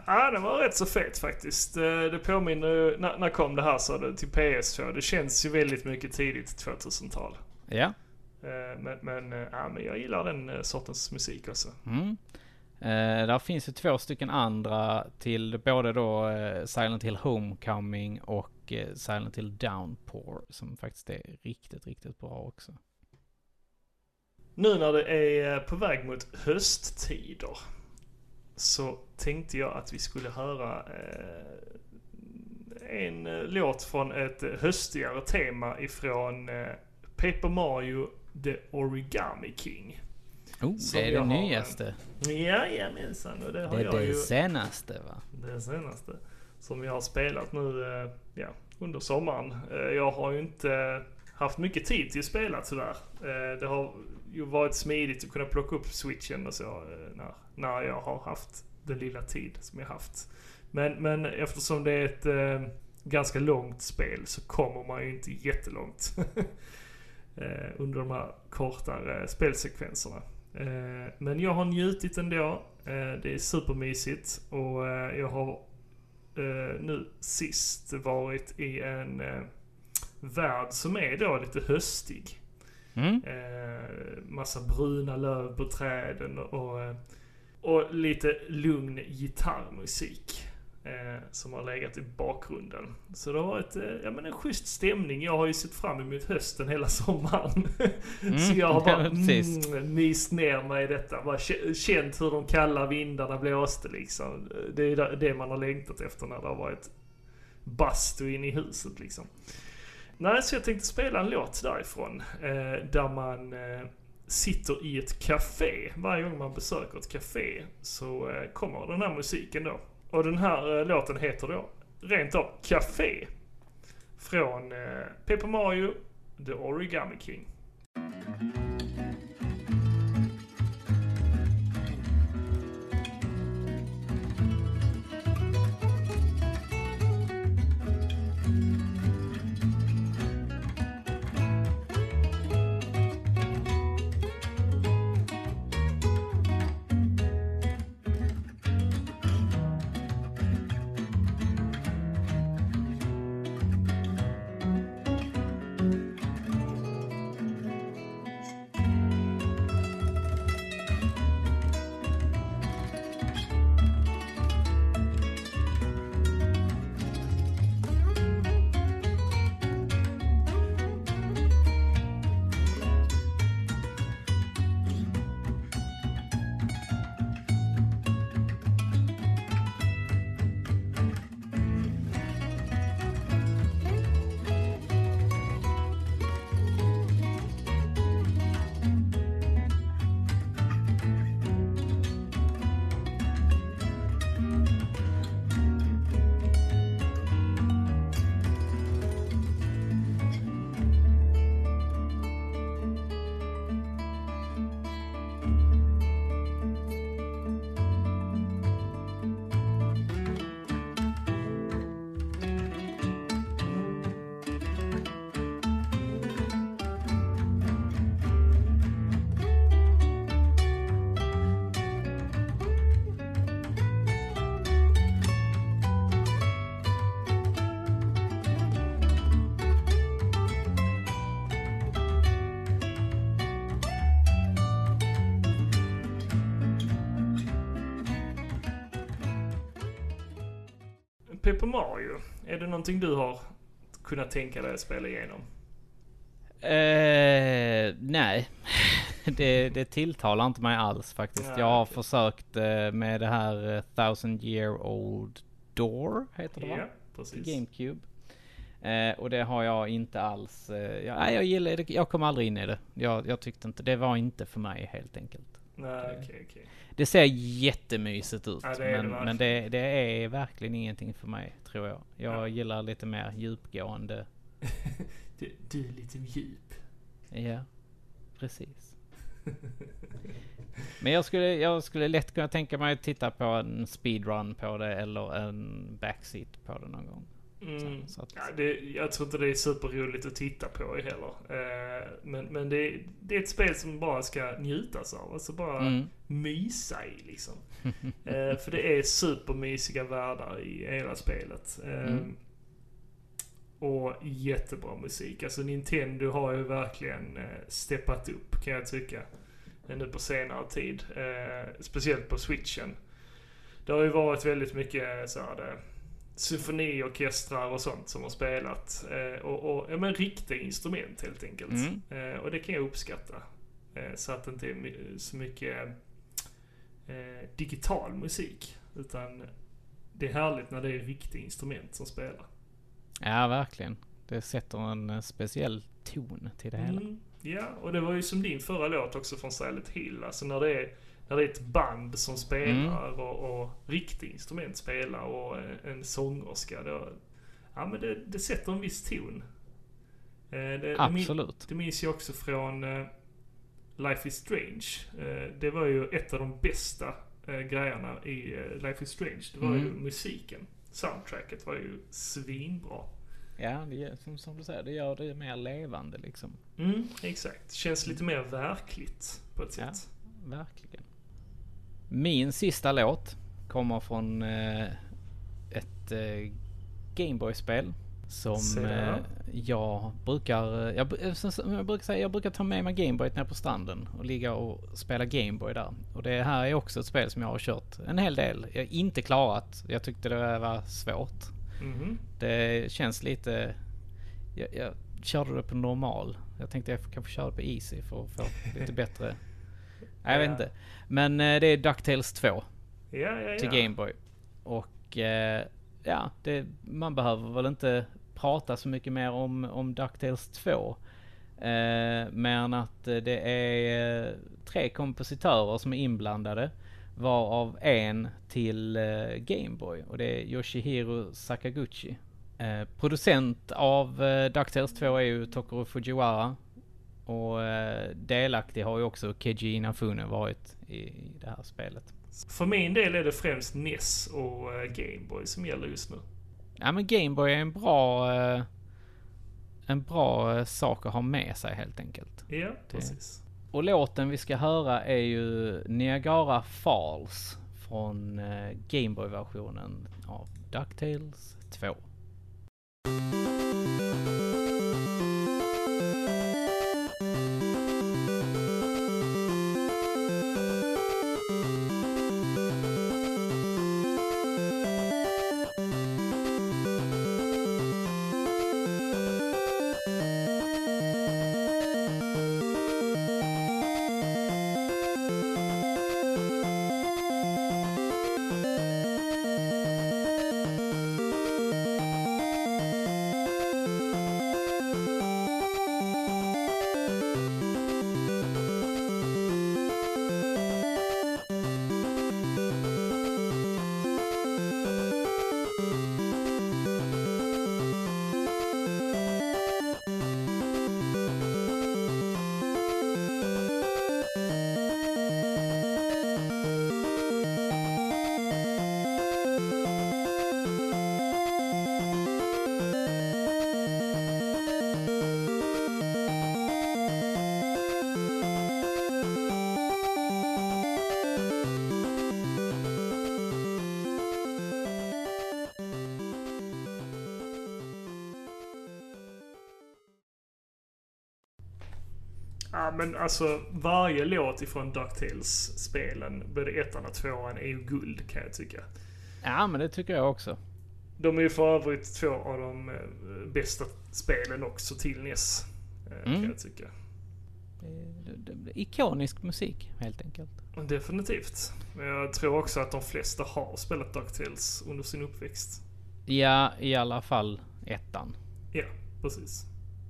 Ja, den var rätt så fet faktiskt. Det påminner ju, när kom det här så det till PS2? Det känns ju väldigt mycket tidigt 2000-tal. Ja. Men jag gillar den sortens musik också. Där finns ju 2 stycken andra till både då Silent Hill Homecoming och Silent Hill Downpour som faktiskt är riktigt, riktigt bra också. Nu när det är på väg mot hösttider så tänkte jag att vi skulle höra en låt från ett höstigare tema ifrån Paper Mario The Origami King. Det är det nyaste. Jajamensan. Och det har det är jag det ju, senaste va? Det senaste. Som jag har spelat nu under sommaren. Jag har ju inte haft mycket tid till att spela tyvärr. Det har ju varit smidigt att kunna plocka upp switchen och så när jag har haft den lilla tid som jag haft. Men eftersom det är ett ganska långt spel så kommer man ju inte jättelångt under de här kortare spelsekvenserna. Men jag har njutit ändå. Det är supermysigt och jag har nu sist varit i en värld som är då lite höstig. Massa bruna löv på träden och lite lugn gitarrmusik som har legat i bakgrunden. Så det har varit en schysst stämning. Jag har ju sett fram emot hösten hela sommaren. Så jag har bara myst ner mig i detta. Bara känt hur de kalla vindarna blåste liksom. Det är det man har längtat efter när det har varit bastu in i huset liksom. Nej, så jag tänkte spela en låt därifrån. Där man sitter i ett café. Varje gång man besöker ett café så kommer den här musiken då. Och den här låten heter då rent av Café. Från Paper Mario The Origami King. Paper Mario, är det någonting du har kunnat tänka dig att spela igenom? Nej. Det tilltalar inte mig alls faktiskt. Jag har försökt med det här 1000 Year Old Door heter det va? Ja, precis. GameCube. Och det har jag inte alls. Jag gillar det. Jag kom aldrig in i det. Jag tyckte inte. Det var inte för mig helt enkelt. Nej, okej. Det ser jättemysigt ut. Ja, men det är verkligen ingenting för mig, tror jag. Jag gillar lite mer djupgående. Du är lite djup. Ja, precis. Men jag skulle lätt kunna tänka mig att titta på en speedrun på det eller en backseat på det någon gång. Så att... jag tror inte det är superroligt att titta på heller. Men det är ett spel som bara ska njutas av. Alltså bara mysa i liksom. För det är supermysiga världar i hela spelet. Och jättebra musik. Alltså Nintendo har ju verkligen steppat upp, kan jag tycka. Nu på senare tid. Speciellt på Switchen. Det har ju varit väldigt mycket så här, symfoniorkestrar och sånt som har spelat. Och men riktiga instrument helt enkelt. Och det kan jag uppskatta. Så att det inte är så mycket digital musik. Utan det är härligt när det är riktiga instrument som spelar. Ja, verkligen. Det sätter en speciell ton till det hela. Ja, och det var ju som din förra låt också från Silent Hill. Alltså när det är ett band som spelar och riktiga instrument spelar och en sångerska. Men det sätter en viss ton. Absolut. Det minns jag också från Life is Strange. Det var ju ett av de bästa grejerna i Life is Strange. Det var ju musiken. Soundtracket var ju svinbra. Ja, det är, som du säger, det gör det mer levande liksom. Exakt. Känns lite mer verkligt på ett sätt. Ja, verkligen. Min sista låt kommer från ett Gameboy-spel som jag brukar ta med mig Gameboy ner på stranden och ligga och spela Gameboy där. Och det här är också ett spel som jag har kört en hel del. Jag har inte klarat. Jag tyckte det var svårt. Det känns lite... Jag körde det på normal. Jag tänkte jag kan få köra det på easy för att få lite bättre... Nej, jag vet inte. Men det är DuckTales 2 till Gameboy. Och man behöver väl inte prata så mycket mer om DuckTales 2. Men att det är 3 kompositörer som är inblandade. Varav en till Gameboy. Och det är Yoshihiro Sakaguchi. Producent av DuckTales 2 är ju Toru Fujiwara. Och delaktig har ju också Keiji Inafune varit i det här spelet. För min del är det främst NES och Gameboy som gäller just nu. Ja, men Gameboy är en bra sak att ha med sig helt enkelt. Ja, precis. Och låten vi ska höra är ju Niagara Falls från Gameboy-versionen av DuckTales 2. Ja, men alltså varje låt ifrån DuckTales-spelen, både 1:an och 2:an, är ju guld, kan jag tycka. Ja, men det tycker jag också. De är ju för övrigt 2 av de bästa spelen också till NES, kan jag tycka. Ikonisk musik, helt enkelt. Definitivt. Men jag tror också att de flesta har spelat DuckTales under sin uppväxt. Ja, i alla fall 1:an. Ja, precis.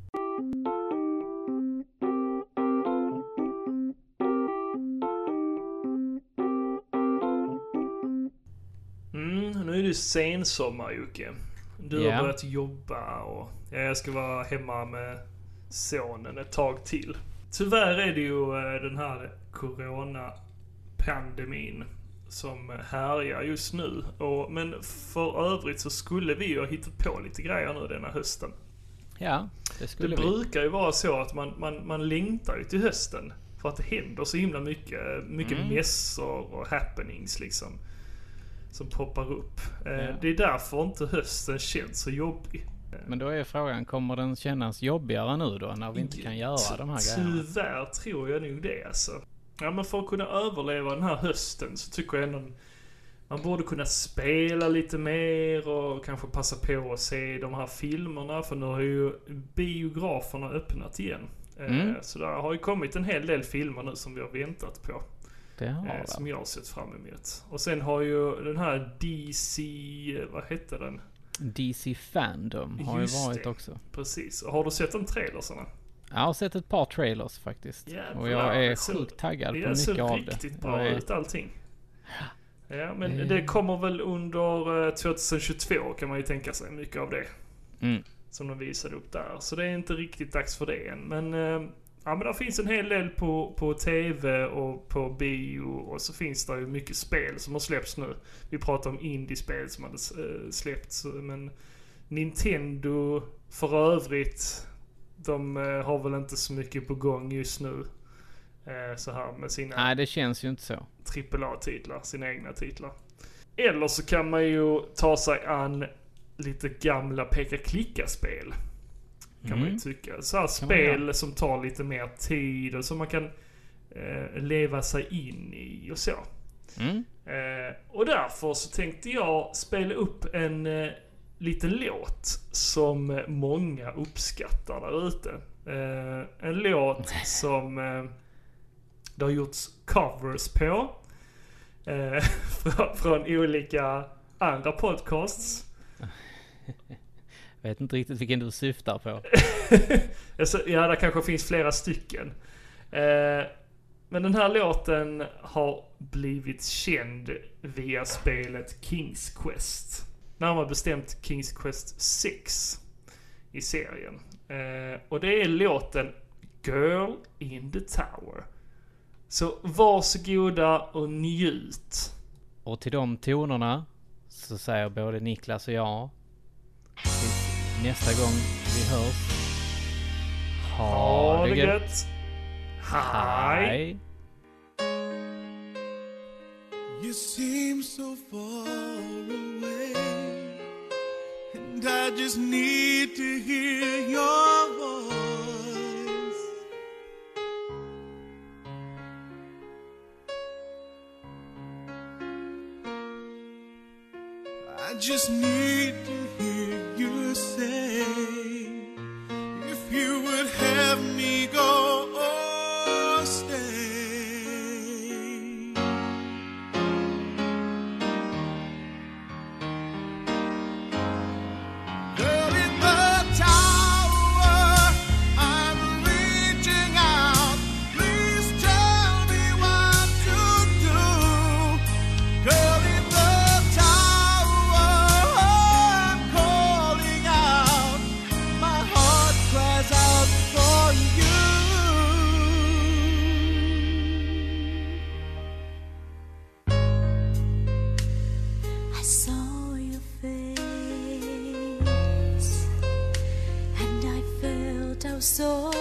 Nu är det sensommar, Jocke. Du har börjat jobba och jag ska vara hemma med sonen ett tag till. Tyvärr är det ju den här coronapandemin som härjar just nu. Men för övrigt så skulle vi ju ha hittat på lite grejer nu denna hösten. Ja, det skulle det brukar ju vara så att man längtar ju till hösten. För att det händer så himla mycket mässor och happenings liksom. Som poppar upp. Det är därför inte hösten känns så jobbig. Men då är frågan, kommer den kännas jobbigare nu då när vi inte kan göra de här grejerna? Tyvärr tror jag nog det alltså. Ja, men för att kunna överleva den här hösten så tycker jag ändå man borde kunna spela lite mer och kanske passa på att se de här filmerna. För nu har ju biograferna öppnat igen. Så där har ju kommit en hel del filmer nu som vi har väntat på. Som jag har sett fram emot. Och sen har ju den här DC, vad heter den? DC Fandom har ju varit också. Precis. Och har du sett de trailersarna? Jag har sett ett par trailers faktiskt. Jävlar, och jag är sjukt taggad på mycket av det. Det ser riktigt bra ut allting. Ja, men det kommer väl under 2022 kan man ju tänka sig mycket av det. Som de visade upp där. Så det är inte riktigt dags för det än. Men det finns en hel del på tv och på bio. Och så finns det ju mycket spel som har släppts nu. Vi pratar om indie-spel som hade släppts. Men Nintendo för övrigt, de har väl inte så mycket på gång just nu. Så här med sina... Nej, det känns ju inte så. AAA-titlar, sina egna titlar. Eller så kan man ju ta sig an lite gamla peka-klicka-spel. Kan man ju tycka. Så här spel som tar lite mer tid och som man kan leva sig in i och så. Och därför så tänkte jag spela upp en liten låt som många uppskattar där ute. En låt som det har gjorts covers på från olika andra podcasts. Jag vet inte riktigt vilken du syftar på. Ja, det kanske finns flera stycken. Men den här låten har blivit känd via spelet King's Quest. Närmare bestämt King's Quest 6 i serien. Och det är låten Girl in the Tower. Så varsågoda och njut. Och till de tonerna så säger både Niklas och jag tills nästa gång vi hörs. Ha det gött. Hej. You seem so far away, and I just need to hear your voice. I just need to hear you say, if you would have me go or stay. Girl in the tower, I'm reaching out. Please tell me what to do. Girl in the tower, I'm calling out. My heart cries out for you. I saw your face, and I felt how so